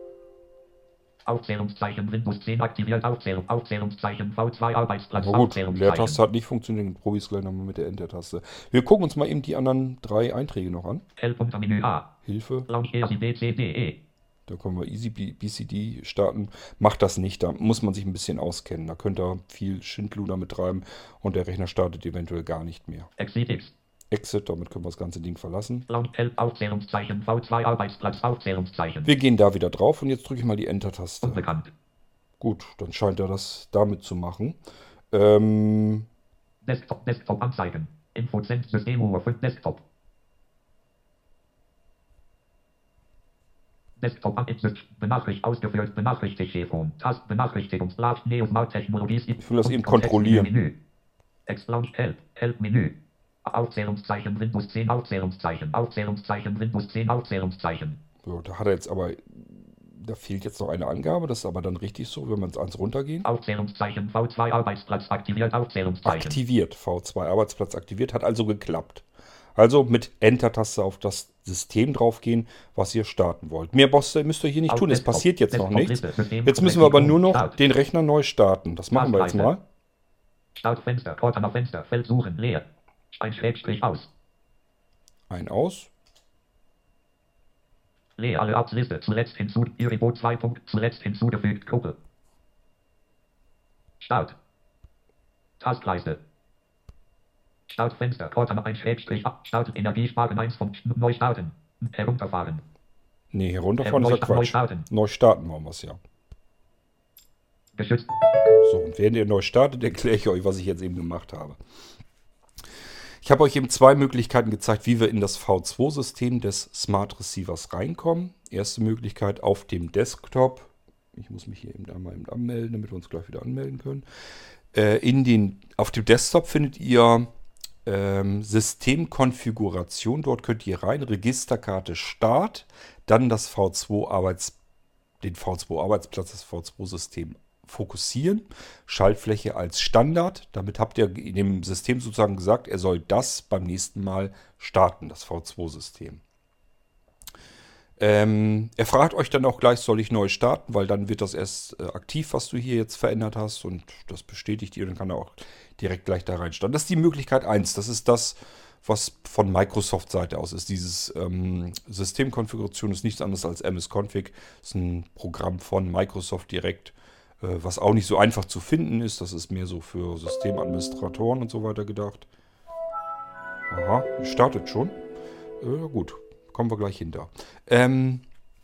Aufzählungszeichen Windows zehn aktiviert. Aufzählung. Aufzählungszeichen V zwei Arbeitsplatz. Na gut, Aufzählungszeichen. Leertaste hat nicht funktioniert, dann probiere ich es gleich nochmal mit der Enter-Taste. Wir gucken uns mal eben die anderen drei Einträge noch an. L-Menü A. Hilfe. Launch E A C B C D E. Da können wir Easy B C D starten. Macht das nicht, da muss man sich ein bisschen auskennen. Da könnt ihr viel Schindluder mit treiben und der Rechner startet eventuell gar nicht mehr. Exit X. Exit, damit können wir das ganze Ding verlassen. Launch L. Aufzählungszeichen V zwei Arbeitsplatz. Aufzählungszeichen. Wir gehen da wieder drauf und jetzt drücke ich mal die Enter-Taste. Unbekannt. Gut, dann scheint er das damit zu machen. Ähm, Desktop. Desktop anzeigen. Infozent Systemuhr fünf Desktop. Desktop an Benachricht ausgeführt. Benachrichtigungstelefon. Tast Benachrichtigungslad Neosmart Technologies. Ich will das eben kontrollieren. Menü. Ex-Launch Help. Help Menü. Aufzählungszeichen Windows zehn. Aufzählungszeichen. Aufzählungszeichen Windows zehn. Aufzählungszeichen. so, da hat er jetzt aber, da fehlt jetzt noch eine Angabe. Das ist aber dann richtig so, wenn wir ins eins runtergehen. Aufzählungszeichen V zwei Arbeitsplatz aktiviert. Aufzählungszeichen. Aktiviert, V zwei Arbeitsplatz aktiviert, hat also geklappt. Also mit Enter-Taste auf das System draufgehen, was ihr starten wollt. Mehr müsst ihr, müsst ihr hier nicht tun, es passiert jetzt noch nichts. Jetzt müssen wir aber nur noch den Rechner neu starten. Das machen wir jetzt mal. Startfenster, Cortana Fenster, Feld suchen, leer. Ein Schrägstrich aus. Ein aus. Leer alle Apps Liste. Zuletzt hinzu. Iribot zwei. Zuletzt hinzugefügt. Gruppe. Start. Taskleiste. Startfenster. Ordner ein Schrägstrich ab. Start. Energiesparen eins von neu starten. Herunterfahren. Nee, herunterfahren ist Neu, ja Quatsch. neu starten. Neu starten wollen wir es ja. Geschützt. So, und während ihr neu startet, erkläre ich euch, was ich jetzt eben gemacht habe. Ich habe euch eben zwei Möglichkeiten gezeigt, wie wir in das V zwei System des Smart Receivers reinkommen. Erste Möglichkeit auf dem Desktop. Ich muss mich hier eben einmal eben anmelden, damit wir uns gleich wieder anmelden können. Äh, in den, auf dem Desktop findet ihr ähm, Systemkonfiguration. Dort könnt ihr rein, Registerkarte Start, dann das V zwei Arbeits, den V zwei Arbeitsplatz, das V zwei System fokussieren. Schaltfläche als Standard. Damit habt ihr in dem System sozusagen gesagt, er soll das beim nächsten Mal starten, das V zwei System. Ähm, er fragt euch dann auch gleich, soll ich neu starten, weil dann wird das erst äh, aktiv, was du hier jetzt verändert hast, und das bestätigt ihr, dann kann er auch direkt gleich da rein starten. Das ist die Möglichkeit eins. Das ist das, was von Microsoft-Seite aus ist. Dieses ähm, Systemkonfiguration ist nichts anderes als M S-Config. Das ist ein Programm von Microsoft direkt, äh, was auch nicht so einfach zu finden ist. Das ist mehr so für Systemadministratoren und so weiter gedacht. Aha, startet schon. Äh, gut. Kommen wir gleich hinter. Ähm,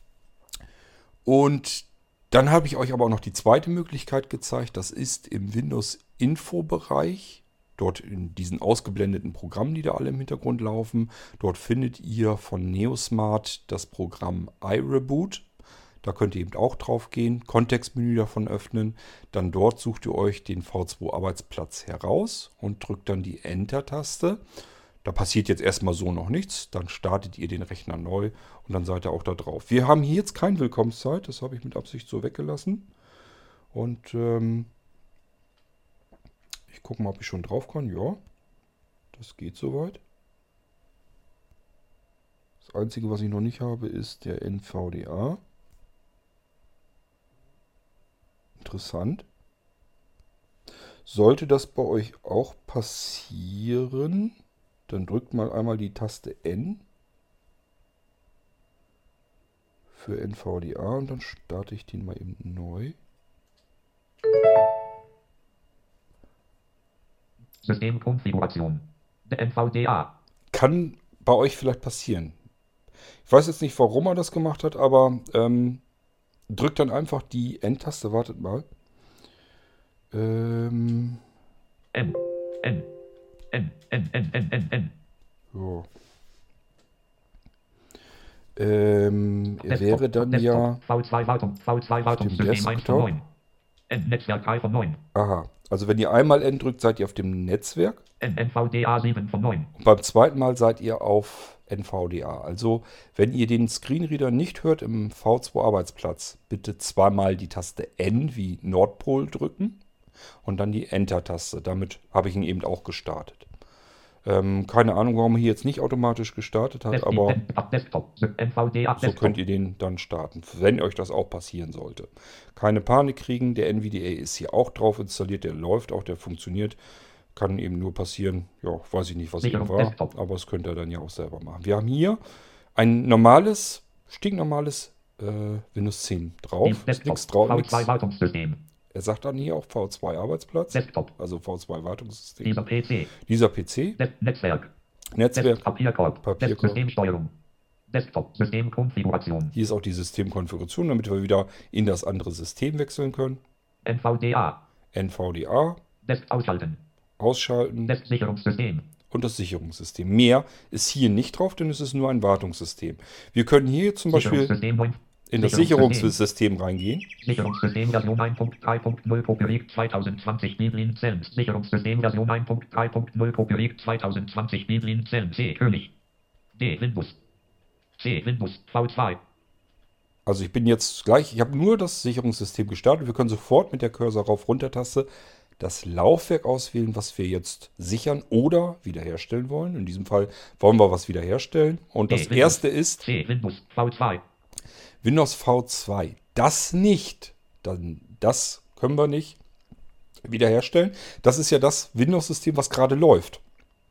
und dann habe ich euch aber auch noch die zweite Möglichkeit gezeigt. Das ist im Windows-Info-Bereich. Dort in diesen ausgeblendeten Programmen, die da alle im Hintergrund laufen. Dort findet ihr von Neosmart das Programm iReboot. Da könnt ihr eben auch drauf gehen. Kontextmenü davon öffnen. Dann dort sucht ihr euch den V zwei Arbeitsplatz heraus und drückt dann die Enter-Taste. Da passiert jetzt erstmal so noch nichts. Dann startet ihr den Rechner neu und dann seid ihr auch da drauf. Wir haben hier jetzt keine Willkommenszeit. Das habe ich mit Absicht so weggelassen. Und ähm, ich gucke mal, ob ich schon drauf kann. Ja, das geht soweit. Das Einzige, was ich noch nicht habe, ist der N V D A. Interessant. Sollte das bei euch auch passieren, dann drückt mal einmal die Taste N für N V D A und dann starte ich den mal eben neu. Systemkonfiguration. Der N V D A. Kann bei euch vielleicht passieren. Ich weiß jetzt nicht, warum er das gemacht hat, aber ähm, drückt dann einfach die N-Taste. Wartet mal. Ähm, N. N. N, N, N, N, N, N. Ja. Ähm, er Desktop, wäre dann Desktop, ja V zwei Wartung, V zwei Wartungssystem eins von neun. N, Netzwerk drei von neun. Aha. Also wenn ihr einmal N drückt, seid ihr auf dem Netzwerk. N, N V D A sieben von neun. Und beim zweiten Mal seid ihr auf N V D A. Also wenn ihr den Screenreader nicht hört im V zwei Arbeitsplatz, bitte zweimal die Taste N wie Nordpol drücken. Und dann die Enter-Taste. Damit habe ich ihn eben auch gestartet. Ähm, keine Ahnung, warum er hier jetzt nicht automatisch gestartet hat, aber so könnt ihr den dann starten, wenn euch das auch passieren sollte. Keine Panik kriegen, der N V D A ist hier auch drauf installiert, der läuft auch, der funktioniert. Kann eben nur passieren, ja, weiß ich nicht, was eben war, aber das könnt ihr dann ja auch selber machen. Wir haben hier ein normales, stinknormales äh, Windows zehn drauf. Ist nichts drauf, nichts. Er sagt dann hier auch V zwei Arbeitsplatz, Desktop. also V zwei Wartungssystem. Dieser P C. Dieser P C. Net Netzwerk. Netzwerk. Papierkorb. Papierkorb. Systemsteuerung. Desktop. Systemkonfiguration. Hier ist auch die Systemkonfiguration, damit wir wieder in das andere System wechseln können. N V D A. N V D A. Desk ausschalten. Ausschalten. Desk-Sicherungssystem. Und das Sicherungssystem. Mehr ist hier nicht drauf, denn es ist nur ein Wartungssystem. Wir können hier zum Beispiel in das Sicherungssystem reingehen. Sicherungssystem Version eins Punkt drei Punkt null Copyright zwanzig zwanzig Biblin Zellen. Sicherungssystem Version eins Punkt drei Punkt null Copyright zwanzig zwanzig Biblin Zellen. C. König. D. Windows. C. Windows V zwei. Also ich bin jetzt gleich, ich habe nur das Sicherungssystem gestartet. Wir können sofort mit der Cursor rauf runter Taste das Laufwerk auswählen, was wir jetzt sichern oder wiederherstellen wollen. In diesem Fall wollen wir was wiederherstellen. Und das D. erste ist C. Windows V zwei. Windows V zwei. Das nicht. Dann, das können wir nicht wiederherstellen. Das ist ja das Windows-System, was gerade läuft.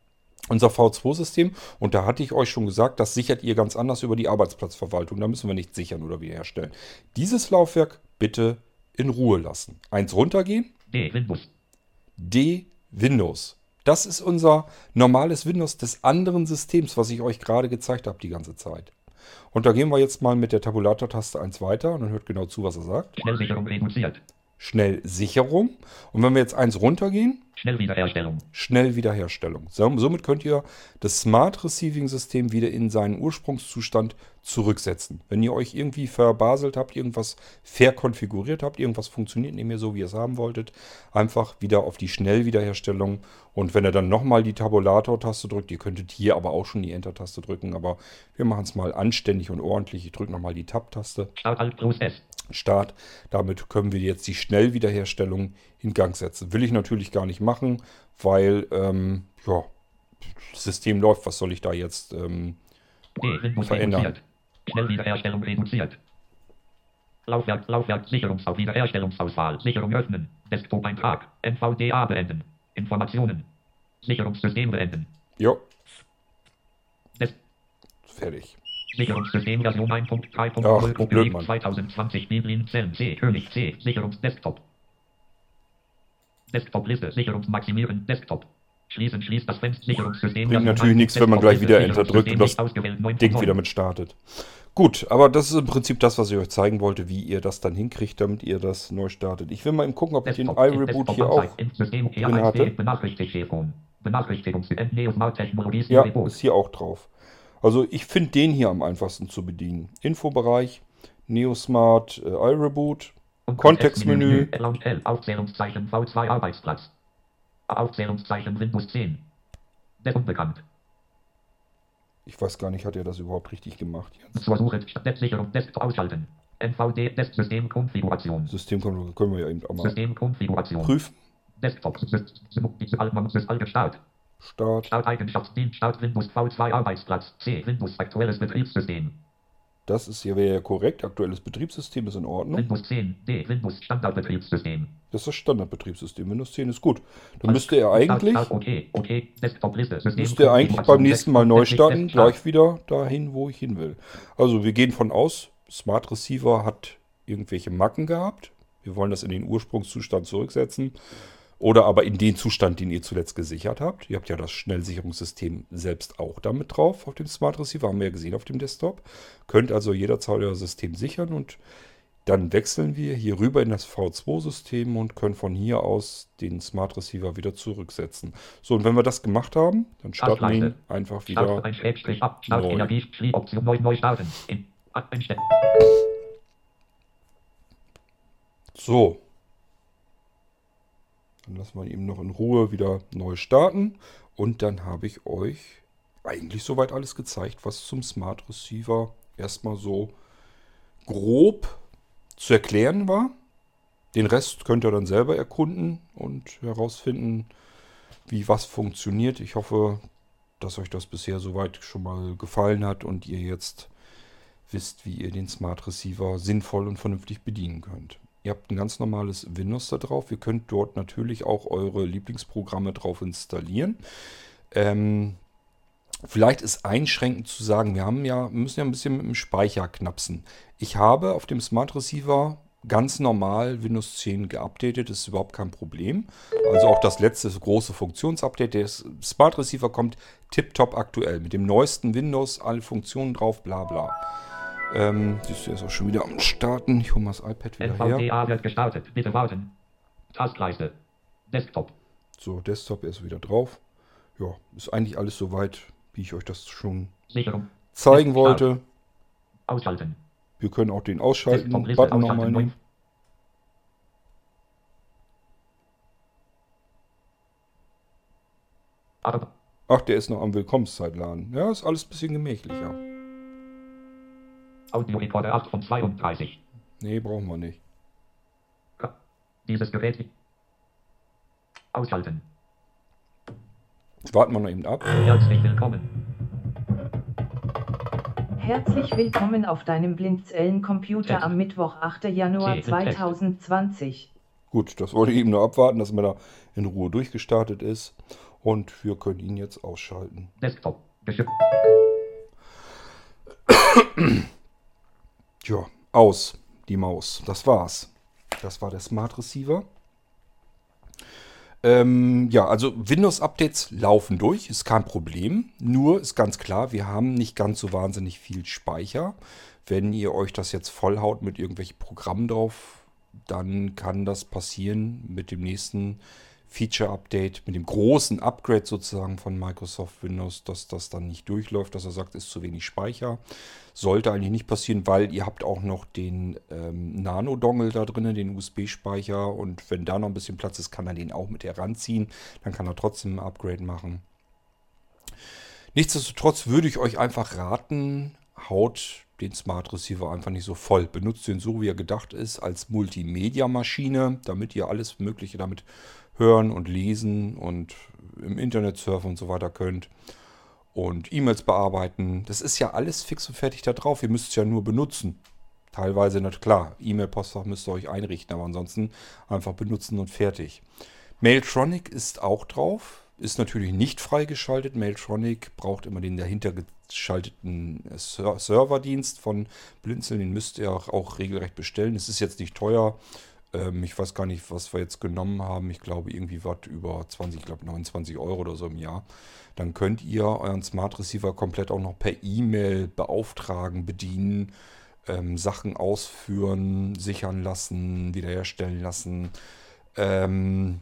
unser V zwei System. Und da hatte ich euch schon gesagt, das sichert ihr ganz anders über die Arbeitsplatzverwaltung. Da müssen wir nicht sichern oder wiederherstellen. Dieses Laufwerk bitte in Ruhe lassen. Eins runtergehen. D Windows. D Windows. Das ist unser normales Windows des anderen Systems, was ich euch gerade gezeigt habe die ganze Zeit. Und da gehen wir jetzt mal mit der Tabulator-Taste eins weiter und dann hört genau zu, was er sagt. Schnellsicherung reduziert. Schnellsicherung. Und wenn wir jetzt eins runtergehen, Schnellwiederherstellung. Schnellwiederherstellung. So, somit könnt ihr das Smart Receiving System wieder in seinen Ursprungszustand zurücksetzen. Wenn ihr euch irgendwie verbaselt habt, irgendwas verkonfiguriert habt, irgendwas funktioniert nicht mehr so, wie ihr es haben wolltet, einfach wieder auf die Schnellwiederherstellung. Und wenn ihr dann nochmal die Tabulator-Taste drückt, ihr könntet hier aber auch schon die Enter-Taste drücken, aber wir machen es mal anständig und ordentlich. Ich drücke nochmal die Tab-Taste. Start Alt Plus S. Start. Damit können wir jetzt die Schnellwiederherstellung in Gang setzen. Will ich natürlich gar nicht machen, weil ähm, ja, das System läuft. Was soll ich da jetzt ähm, verändern? Schnellwiederherstellung reduziert. Laufwerk, Laufwerk, Sicherungsaus, Wiederherstellungsauswahl, Sicherung öffnen, Desktop-Eintrag, N V D A beenden, Informationen, Sicherungssystem beenden. Jo. Des Fertig. Sicherungssystem Version eins Punkt drei Punkt null Ach, blöd, Mann. zwanzig zwanzig Biblin Zellen C König C Sicherungsdesktop. Desktop-Liste Sicherungsmaximieren Desktop. Schließen schließt das Fenster Sicherungssystem. Bringt natürlich nichts, wenn man gleich wieder Enter drückt und das Ding wieder mit startet. Gut, aber das ist im Prinzip das, was ich euch zeigen wollte, wie ihr das dann hinkriegt, damit ihr das neu startet. Ich will mal eben gucken, ob ich den iReboot hier auch drin hatte. Ja, ist hier auch drauf. Also ich finde den hier am einfachsten zu bedienen. Infobereich, Neosmart, äh, iReboot, Kontextmenü. Aufzählungszeichen V zwei Arbeitsplatz. Aufzählungszeichen Windows zehn. Der unbekannt. Ich weiß gar nicht, hat er das überhaupt richtig gemacht jetzt? Zur Suche, Netzsicherung, Desktop ausschalten. N V D, Systemkonfiguration. Systemkonfiguration können wir ja eben auch mal Systemkonfiguration. prüfen. Desktop, Start. Start. Starteigenschaftsdienst, Start Windows V zwei Arbeitsplatz, C, Windows aktuelles Betriebssystem. Das ist hier wäre ja korrekt, aktuelles Betriebssystem ist in Ordnung. Windows zehn, D, Windows Standardbetriebssystem. Das ist das Standardbetriebssystem, Windows zehn ist gut. Dann müsste er eigentlich, okay, okay, Desktop-Liste, müsste er eigentlich beim nächsten Mal neu starten, gleich wieder dahin, wo ich hin will. Also wir gehen von aus, Smart Receiver hat irgendwelche Macken gehabt. Wir wollen das in den Ursprungszustand zurücksetzen. Oder aber in den Zustand, den ihr zuletzt gesichert habt. Ihr habt ja das Schnellsicherungssystem selbst auch damit drauf auf dem Smart Receiver, haben wir ja gesehen auf dem Desktop. Könnt also jederzeit euer System sichern und dann wechseln wir hier rüber in das V zwei System und können von hier aus den Smart Receiver wieder zurücksetzen. So, und wenn wir das gemacht haben, dann starten wir ihn einfach wieder neu. So. Dann lassen wir ihn noch in Ruhe wieder neu starten. Und dann habe ich euch eigentlich soweit alles gezeigt, was zum Smart Receiver erstmal so grob zu erklären war. Den Rest könnt ihr dann selber erkunden und herausfinden, wie was funktioniert. Ich hoffe, dass euch das bisher soweit schon mal gefallen hat und ihr jetzt wisst, wie ihr den Smart Receiver sinnvoll und vernünftig bedienen könnt. Ihr habt ein ganz normales Windows da drauf. Ihr könnt dort natürlich auch eure Lieblingsprogramme drauf installieren. Ähm, vielleicht ist einschränkend zu sagen, wir haben ja, müssen ja ein bisschen mit dem Speicher knapsen. Ich habe auf dem Smart Receiver ganz normal Windows zehn geupdatet, das ist überhaupt kein Problem. Also auch das letzte große Funktionsupdate, der Smart Receiver kommt tipptopp aktuell. Mit dem neuesten Windows, alle Funktionen drauf, bla bla. Ähm, siehst du, ist auch schon wieder am Starten. Ich hole mal das iPad wieder N V D A her. wird gestartet. Bitte warten. Taskleiste. Desktop. So, Desktop ist wieder drauf. Ja, ist eigentlich alles soweit, wie ich euch das schon Sicherung. zeigen wollte. Ausschalten. Wir können auch den Ausschalten-Button Ausschalten. nochmal nehmen. Ach, der ist noch am Willkommenszeit-Laden. Ja, ist alles ein bisschen gemächlicher. Audiorekorder acht von zweiunddreißig. Nee, brauchen wir nicht. Dieses Gerät. Ausschalten. Warten wir noch eben ab. Herzlich willkommen. Herzlich willkommen auf deinem Blindzellen-Computer am Mittwoch, achter Januar zweitausendzwanzig. Gut, das wollte ich eben nur abwarten, dass man da in Ruhe durchgestartet ist. Und wir können ihn jetzt ausschalten. Desktop. Tja, aus, die Maus. Das war's. Das war der Smart Receiver. Ähm, ja, also Windows-Updates laufen durch, ist kein Problem. Nur ist ganz klar, wir haben nicht ganz so wahnsinnig viel Speicher. Wenn ihr euch das jetzt vollhaut mit irgendwelchen Programmen drauf, dann kann das passieren mit dem nächsten Feature-Update, mit dem großen Upgrade sozusagen von Microsoft Windows, dass das dann nicht durchläuft, dass er sagt, ist zu wenig Speicher. Sollte eigentlich nicht passieren, weil ihr habt auch noch den ähm, Nano-Dongle da drin, den U S B-Speicher, und wenn da noch ein bisschen Platz ist, kann er den auch mit heranziehen. Dann kann er trotzdem ein Upgrade machen. Nichtsdestotrotz würde ich euch einfach raten, haut den Smart Receiver einfach nicht so voll. Benutzt den so, wie er gedacht ist, als Multimedia-Maschine, damit ihr alles Mögliche damit hören und lesen und im Internet surfen und so weiter könnt. Und E-Mails bearbeiten. Das ist ja alles fix und fertig da drauf. Ihr müsst es ja nur benutzen. Teilweise, nicht klar, E-Mail-Postfach müsst ihr euch einrichten, aber ansonsten einfach benutzen und fertig. Mailtronic ist auch drauf. Ist natürlich nicht freigeschaltet. Mailtronic braucht immer den dahinter geschalteten Ser- Serverdienst von Blinzeln. Den müsst ihr auch, auch regelrecht bestellen. Es ist jetzt nicht teuer. Ähm, ich weiß gar nicht, was wir jetzt genommen haben. Ich glaube, irgendwie was über zwanzig, ich glaube neunundzwanzig Euro oder so im Jahr. Dann könnt ihr euren Smart Receiver komplett auch noch per E-Mail beauftragen, bedienen, ähm, Sachen ausführen, sichern lassen, wiederherstellen lassen. Ähm,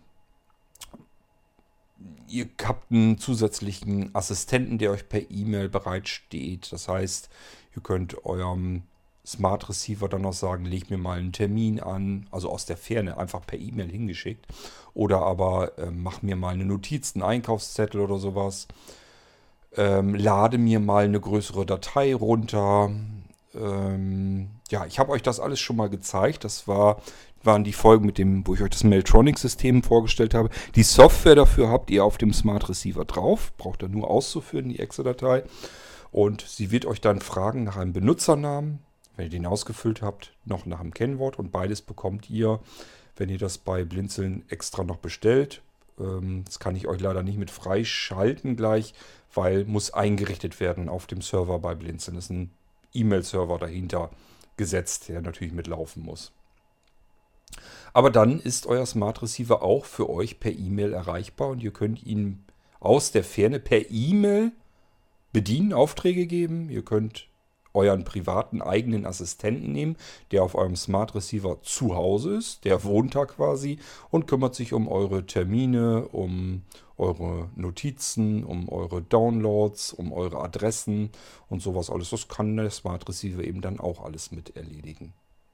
ihr habt einen zusätzlichen Assistenten, der euch per E-Mail bereitsteht. Das heißt, ihr könnt eurem Smart Receiver dann noch sagen, leg mir mal einen Termin an, also aus der Ferne, einfach per E-Mail hingeschickt. Oder aber äh, mach mir mal eine Notiz, einen Einkaufszettel oder sowas. Ähm, lade mir mal eine größere Datei runter. Ähm, ja, ich habe euch das alles schon mal gezeigt. Das war, waren die Folgen, mit dem, wo ich euch das Mailtronic-System vorgestellt habe. Die Software dafür habt ihr auf dem Smart Receiver drauf. Braucht ihr nur auszuführen, die Exe-Datei. Und sie wird euch dann fragen nach einem Benutzernamen. Wenn ihr den ausgefüllt habt, noch nach dem Kennwort, und beides bekommt ihr, wenn ihr das bei Blinzeln extra noch bestellt. Ähm, das kann ich euch leider nicht mit freischalten gleich, weil muss eingerichtet werden auf dem Server bei Blinzeln. Das ist ein E-Mail-Server dahinter gesetzt, der natürlich mitlaufen muss. Aber dann ist euer Smart Receiver auch für euch per E-Mail erreichbar und ihr könnt ihn aus der Ferne per E-Mail bedienen, Aufträge geben. Ihr könnt euren privaten eigenen Assistenten nehmen, der auf eurem Smart Receiver zu Hause ist. Der wohnt da quasi und kümmert sich um eure Termine, um eure Notizen, um eure Downloads, um eure Adressen und sowas alles. Das kann der Smart Receiver eben dann auch alles mit erledigen.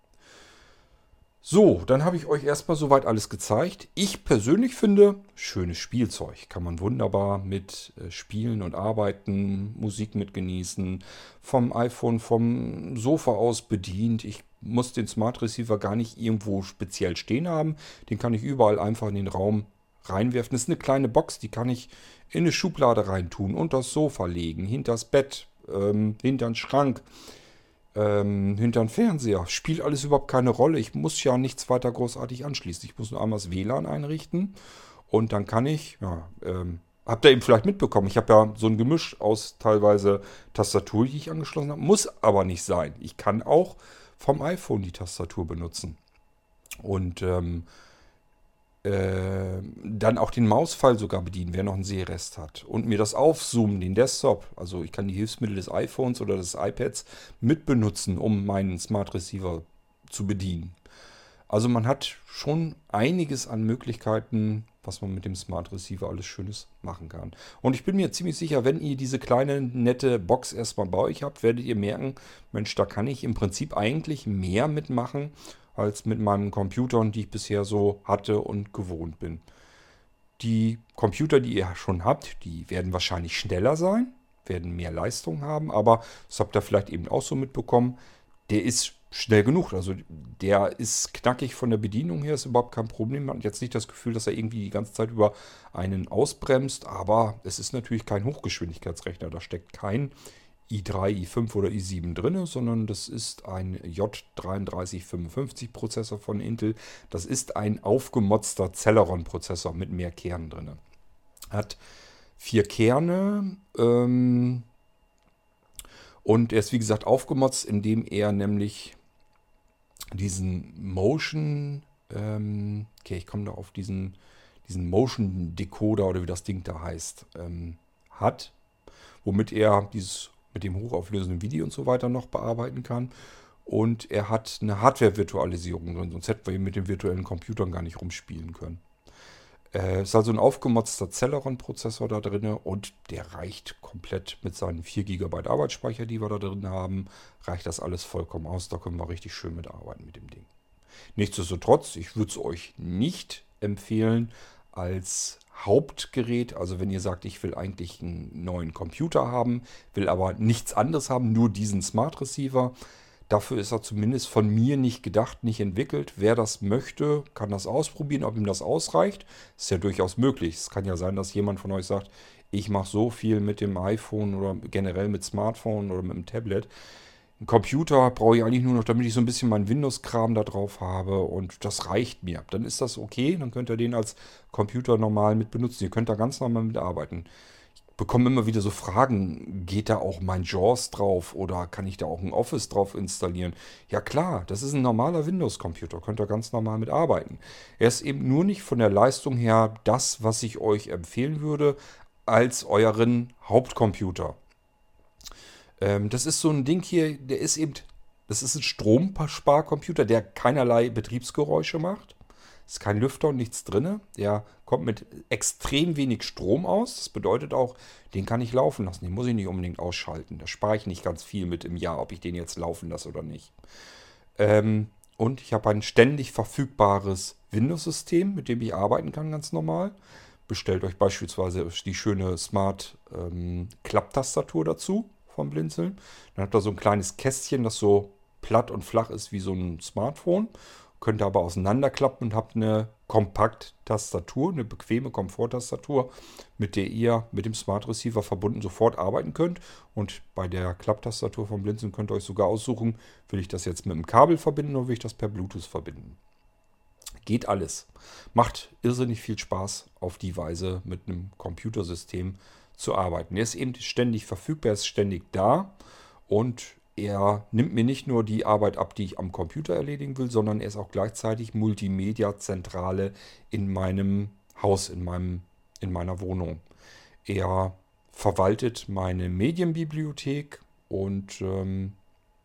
So, dann habe ich euch erstmal soweit alles gezeigt. Ich persönlich finde, schönes Spielzeug. Kann man wunderbar mit äh, spielen und arbeiten, Musik mit genießen, vom iPhone, vom Sofa aus bedient. Ich muss den Smart Receiver gar nicht irgendwo speziell stehen haben. Den kann ich überall einfach in den Raum reinwerfen. Das ist eine kleine Box, die kann ich in eine Schublade reintun, unter das Sofa legen, hinters Bett, ähm, hinter den Schrank. Ähm, hinter den Fernseher. Spielt alles überhaupt keine Rolle. Ich muss ja nichts weiter großartig anschließen. Ich muss nur einmal das W L A N einrichten und dann kann ich, ja, ähm, habt ihr eben vielleicht mitbekommen, ich habe ja so ein Gemisch aus teilweise Tastatur, die ich angeschlossen habe. Muss aber nicht sein. Ich kann auch vom iPhone die Tastatur benutzen. Und ähm, äh, dann auch den Mauspfeil sogar bedienen, wer noch einen Sehrest hat. Und mir das aufzoomen, den Desktop. Also ich kann die Hilfsmittel des iPhones oder des iPads mit benutzen, um meinen Smart Receiver zu bedienen. Also man hat schon einiges an Möglichkeiten, was man mit dem Smart Receiver alles Schönes machen kann. Und ich bin mir ziemlich sicher, wenn ihr diese kleine, nette Box erstmal bei euch habt, werdet ihr merken, Mensch, da kann ich im Prinzip eigentlich mehr mitmachen, als mit meinen Computern, die ich bisher so hatte und gewohnt bin. Die Computer, die ihr schon habt, die werden wahrscheinlich schneller sein, werden mehr Leistung haben, aber das habt ihr vielleicht eben auch so mitbekommen, der ist schnell genug. Also der ist knackig von der Bedienung her, ist überhaupt kein Problem. Man hat jetzt nicht das Gefühl, dass er irgendwie die ganze Zeit über einen ausbremst, aber es ist natürlich kein Hochgeschwindigkeitsrechner, da steckt kein i drei, i fünf oder i sieben drin, sondern das ist ein J drei drei fünf fünf Prozessor von Intel. Das ist ein aufgemotzter Celeron Prozessor mit mehr Kernen drin. Hat vier Kerne ähm, und er ist wie gesagt aufgemotzt, indem er nämlich diesen Motion, ähm, okay, ich komme da auf diesen, diesen Motion Decoder oder wie das Ding da heißt, ähm, hat, womit er dieses mit dem hochauflösenden Video und so weiter noch bearbeiten kann. Und er hat eine Hardware-Virtualisierung drin, sonst hätten wir mit den virtuellen Computern gar nicht rumspielen können. Es äh, ist also ein aufgemotzter Celeron-Prozessor da drin und der reicht komplett mit seinen vier Gigabyte Arbeitsspeicher, die wir da drin haben, reicht das alles vollkommen aus. Da können wir richtig schön mitarbeiten mit dem Ding. Nichtsdestotrotz, ich würde es euch nicht empfehlen als Hauptgerät. Also wenn ihr sagt, ich will eigentlich einen neuen Computer haben, will aber nichts anderes haben, nur diesen Smart Receiver. Dafür ist er zumindest von mir nicht gedacht, nicht entwickelt. Wer das möchte, kann das ausprobieren, ob ihm das ausreicht. Ist ja durchaus möglich. Es kann ja sein, dass jemand von euch sagt, ich mache so viel mit dem iPhone oder generell mit Smartphone oder mit dem Tablet. Einen Computer brauche ich eigentlich nur noch, damit ich so ein bisschen meinen Windows-Kram da drauf habe und das reicht mir. Dann ist das okay, dann könnt ihr den als Computer normal mit benutzen. Ihr könnt da ganz normal mit arbeiten. Ich bekomme immer wieder so Fragen, geht da auch mein JAWS drauf oder kann ich da auch ein Office drauf installieren? Ja klar, das ist ein normaler Windows-Computer, könnt ihr ganz normal mit arbeiten. Er ist eben nur nicht von der Leistung her das, was ich euch empfehlen würde, als euren Hauptcomputer. Ähm, das ist so ein Ding hier, der ist eben, das ist ein Stromsparcomputer, der keinerlei Betriebsgeräusche macht. Ist kein Lüfter und nichts drin. Der kommt mit extrem wenig Strom aus. Das bedeutet auch, den kann ich laufen lassen. Den muss ich nicht unbedingt ausschalten. Da spare ich nicht ganz viel mit im Jahr, ob ich den jetzt laufen lasse oder nicht. Ähm, und ich habe ein ständig verfügbares Windows-System, mit dem ich arbeiten kann, ganz normal. Bestellt euch beispielsweise die schöne Smart ähm, Klapptastatur dazu vom Blinzeln. Dann habt ihr so ein kleines Kästchen, das so platt und flach ist wie so ein Smartphone. Könnt ihr aber auseinanderklappen und habt eine Kompakt-Tastatur, eine bequeme Komforttastatur, mit der ihr mit dem Smart Receiver verbunden sofort arbeiten könnt. Und bei der Klapptastatur vom Blinzeln könnt ihr euch sogar aussuchen, will ich das jetzt mit dem Kabel verbinden oder will ich das per Bluetooth verbinden. Geht alles. Macht irrsinnig viel Spaß, auf die Weise mit einem Computersystem zu arbeiten. Er ist eben ständig verfügbar, er ist ständig da und er nimmt mir nicht nur die Arbeit ab, die ich am Computer erledigen will, sondern er ist auch gleichzeitig Multimedia-Zentrale in meinem Haus, in, meinem, in meiner Wohnung. Er verwaltet meine Medienbibliothek und ähm,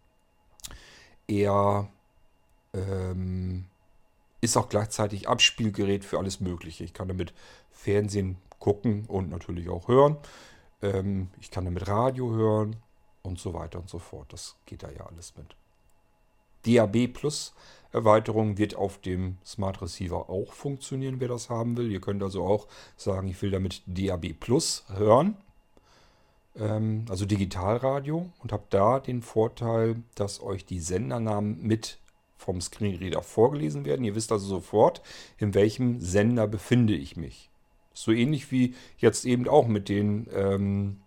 er ähm, ist auch gleichzeitig Abspielgerät für alles Mögliche. Ich kann damit Fernsehen gucken und natürlich auch hören. Ähm, ich kann damit Radio hören. Und so weiter und so fort. Das geht da ja alles mit. D A B Plus Erweiterung wird auf dem Smart Receiver auch funktionieren, wer das haben will. Ihr könnt also auch sagen, ich will damit D A B Plus hören. Ähm, also Digitalradio. Und habt da den Vorteil, dass euch die Sendernamen mit vom Screenreader vorgelesen werden. Ihr wisst also sofort, in welchem Sender befinde ich mich. So ähnlich wie jetzt eben auch mit den ähm,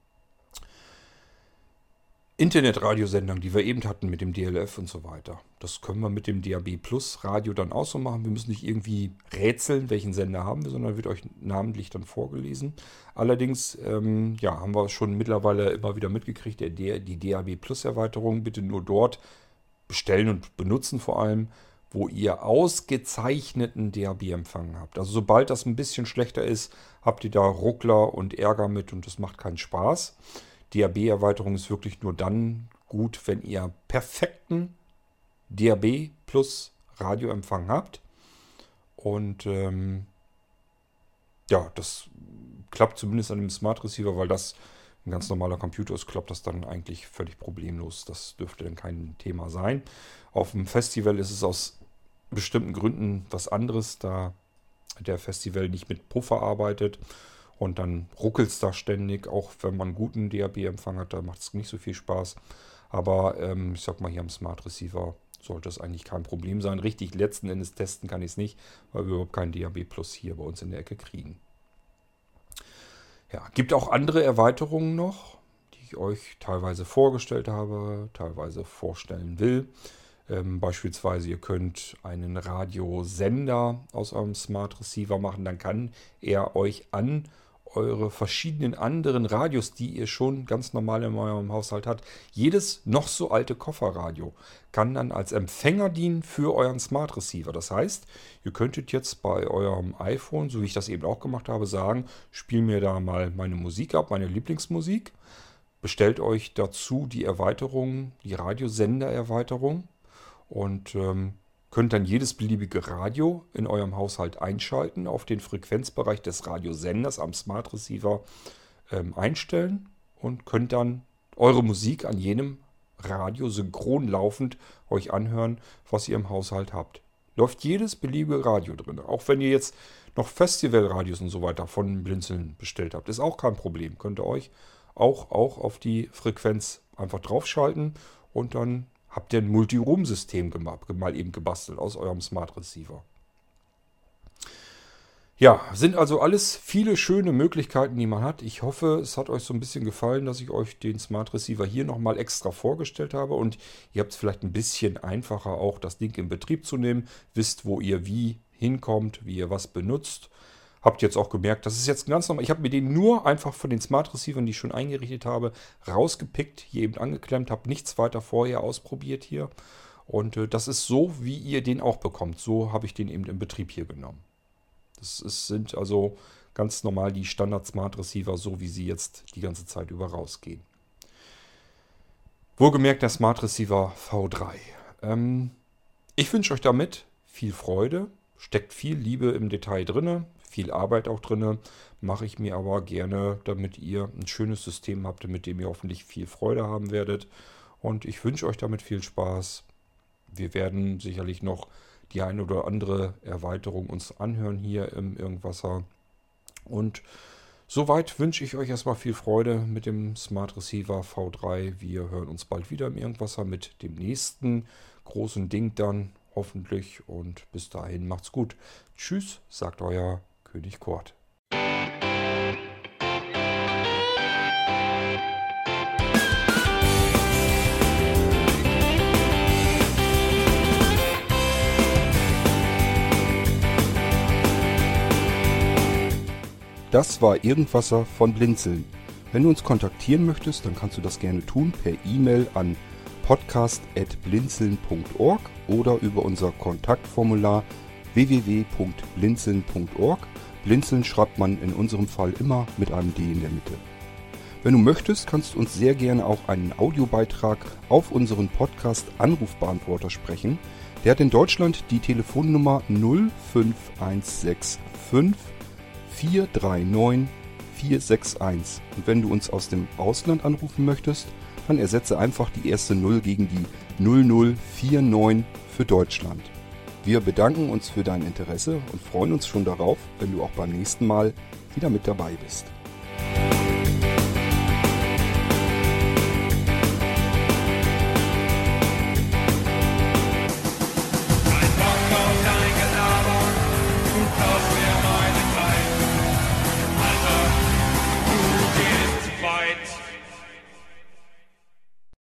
Internetradiosendern, die wir eben hatten mit dem D L F und so weiter. Das können wir mit dem D A B Plus Radio dann auch so machen. Wir müssen nicht irgendwie rätseln, welchen Sender haben wir, sondern wird euch namentlich dann vorgelesen. Allerdings ähm, ja, haben wir schon mittlerweile immer wieder mitgekriegt, der, der, die D A B Plus Erweiterung bitte nur dort bestellen und benutzen vor allem, wo ihr ausgezeichneten D A B-Empfang habt. Also sobald das ein bisschen schlechter ist, habt ihr da Ruckler und Ärger mit und das macht keinen Spaß. D A B-Erweiterung ist wirklich nur dann gut, wenn ihr perfekten D A B Plus Radioempfang habt. Und ähm, ja, das klappt zumindest an dem Smart Receiver, weil das ein ganz normaler Computer ist, klappt das dann eigentlich völlig problemlos. Das dürfte dann kein Thema sein. Auf dem Festival ist es aus bestimmten Gründen was anderes, da der Festival nicht mit Puffer arbeitet. Und dann ruckelt es da ständig, auch wenn man einen guten D A B-Empfang hat, da macht es nicht so viel Spaß. Aber ähm, ich sag mal, hier am Smart Receiver sollte es eigentlich kein Problem sein. Richtig letzten Endes testen kann ich es nicht, weil wir überhaupt keinen D A B Plus hier bei uns in der Ecke kriegen. Ja, gibt auch andere Erweiterungen noch, die ich euch teilweise vorgestellt habe, teilweise vorstellen will. Ähm, beispielsweise, ihr könnt einen Radiosender aus eurem Smart Receiver machen, dann kann er euch an eure verschiedenen anderen Radios, die ihr schon ganz normal in eurem Haushalt habt. Jedes noch so alte Kofferradio kann dann als Empfänger dienen für euren Smart Receiver. Das heißt, ihr könntet jetzt bei eurem iPhone, so wie ich das eben auch gemacht habe, sagen, spiel mir da mal meine Musik ab, meine Lieblingsmusik. Bestellt euch dazu die Erweiterung, die Radiosendererweiterung und ähm, könnt dann jedes beliebige Radio in eurem Haushalt einschalten, auf den Frequenzbereich des Radiosenders am Smart Receiver ähm, einstellen und könnt dann eure Musik an jenem Radio synchron laufend euch anhören, was ihr im Haushalt habt. Läuft jedes beliebige Radio drin. Auch wenn ihr jetzt noch Festivalradios und so weiter von Blinzeln bestellt habt, ist auch kein Problem. Könnt ihr euch auch, auch auf die Frequenz einfach draufschalten und dann habt ihr ein Multi-Room-System mal eben gebastelt aus eurem Smart Receiver. Ja, sind also alles viele schöne Möglichkeiten, die man hat. Ich hoffe, es hat euch so ein bisschen gefallen, dass ich euch den Smart Receiver hier nochmal extra vorgestellt habe. Und ihr habt es vielleicht ein bisschen einfacher, auch das Ding in Betrieb zu nehmen. Wisst, wo ihr wie hinkommt, wie ihr was benutzt. Habt jetzt auch gemerkt, das ist jetzt ganz normal. Ich habe mir den nur einfach von den Smart Receivern, die ich schon eingerichtet habe, rausgepickt, hier eben angeklemmt, habe nichts weiter vorher ausprobiert hier. Und äh, das ist so, wie ihr den auch bekommt. So habe ich den eben im Betrieb hier genommen. Das ist, sind also ganz normal die Standard Smart Receiver, so wie sie jetzt die ganze Zeit über rausgehen. Wohlgemerkt der Smart Receiver V drei. Ähm, ich wünsche euch damit viel Freude. Steckt viel Liebe im Detail drin. Viel Arbeit auch drin, mache ich mir aber gerne, damit ihr ein schönes System habt, mit dem ihr hoffentlich viel Freude haben werdet. Und ich wünsche euch damit viel Spaß. Wir werden sicherlich noch die eine oder andere Erweiterung uns anhören hier im Irgendwasser. Und soweit wünsche ich euch erstmal viel Freude mit dem Smart Receiver V drei. Wir hören uns bald wieder im Irgendwasser mit dem nächsten großen Ding dann hoffentlich. Und bis dahin macht's gut. Tschüss, sagt euer König Kurt. Das war Irgendwasser von Blinzeln. Wenn du uns kontaktieren möchtest, dann kannst du das gerne tun per E-Mail an podcast at blinzeln punkt org oder über unser Kontaktformular w w w punkt blinzeln punkt org. Blinzeln schreibt man in unserem Fall immer mit einem D in der Mitte. Wenn du möchtest, kannst du uns sehr gerne auch einen Audiobeitrag auf unseren Podcast-Anrufbeantworter sprechen. Der hat in Deutschland die Telefonnummer null fünf eins sechs fünf vier drei neun vier sechs eins. Und wenn du uns aus dem Ausland anrufen möchtest, dann ersetze einfach die erste null gegen die null null vier neun für Deutschland. Wir bedanken uns für dein Interesse und freuen uns schon darauf, wenn du auch beim nächsten Mal wieder mit dabei bist.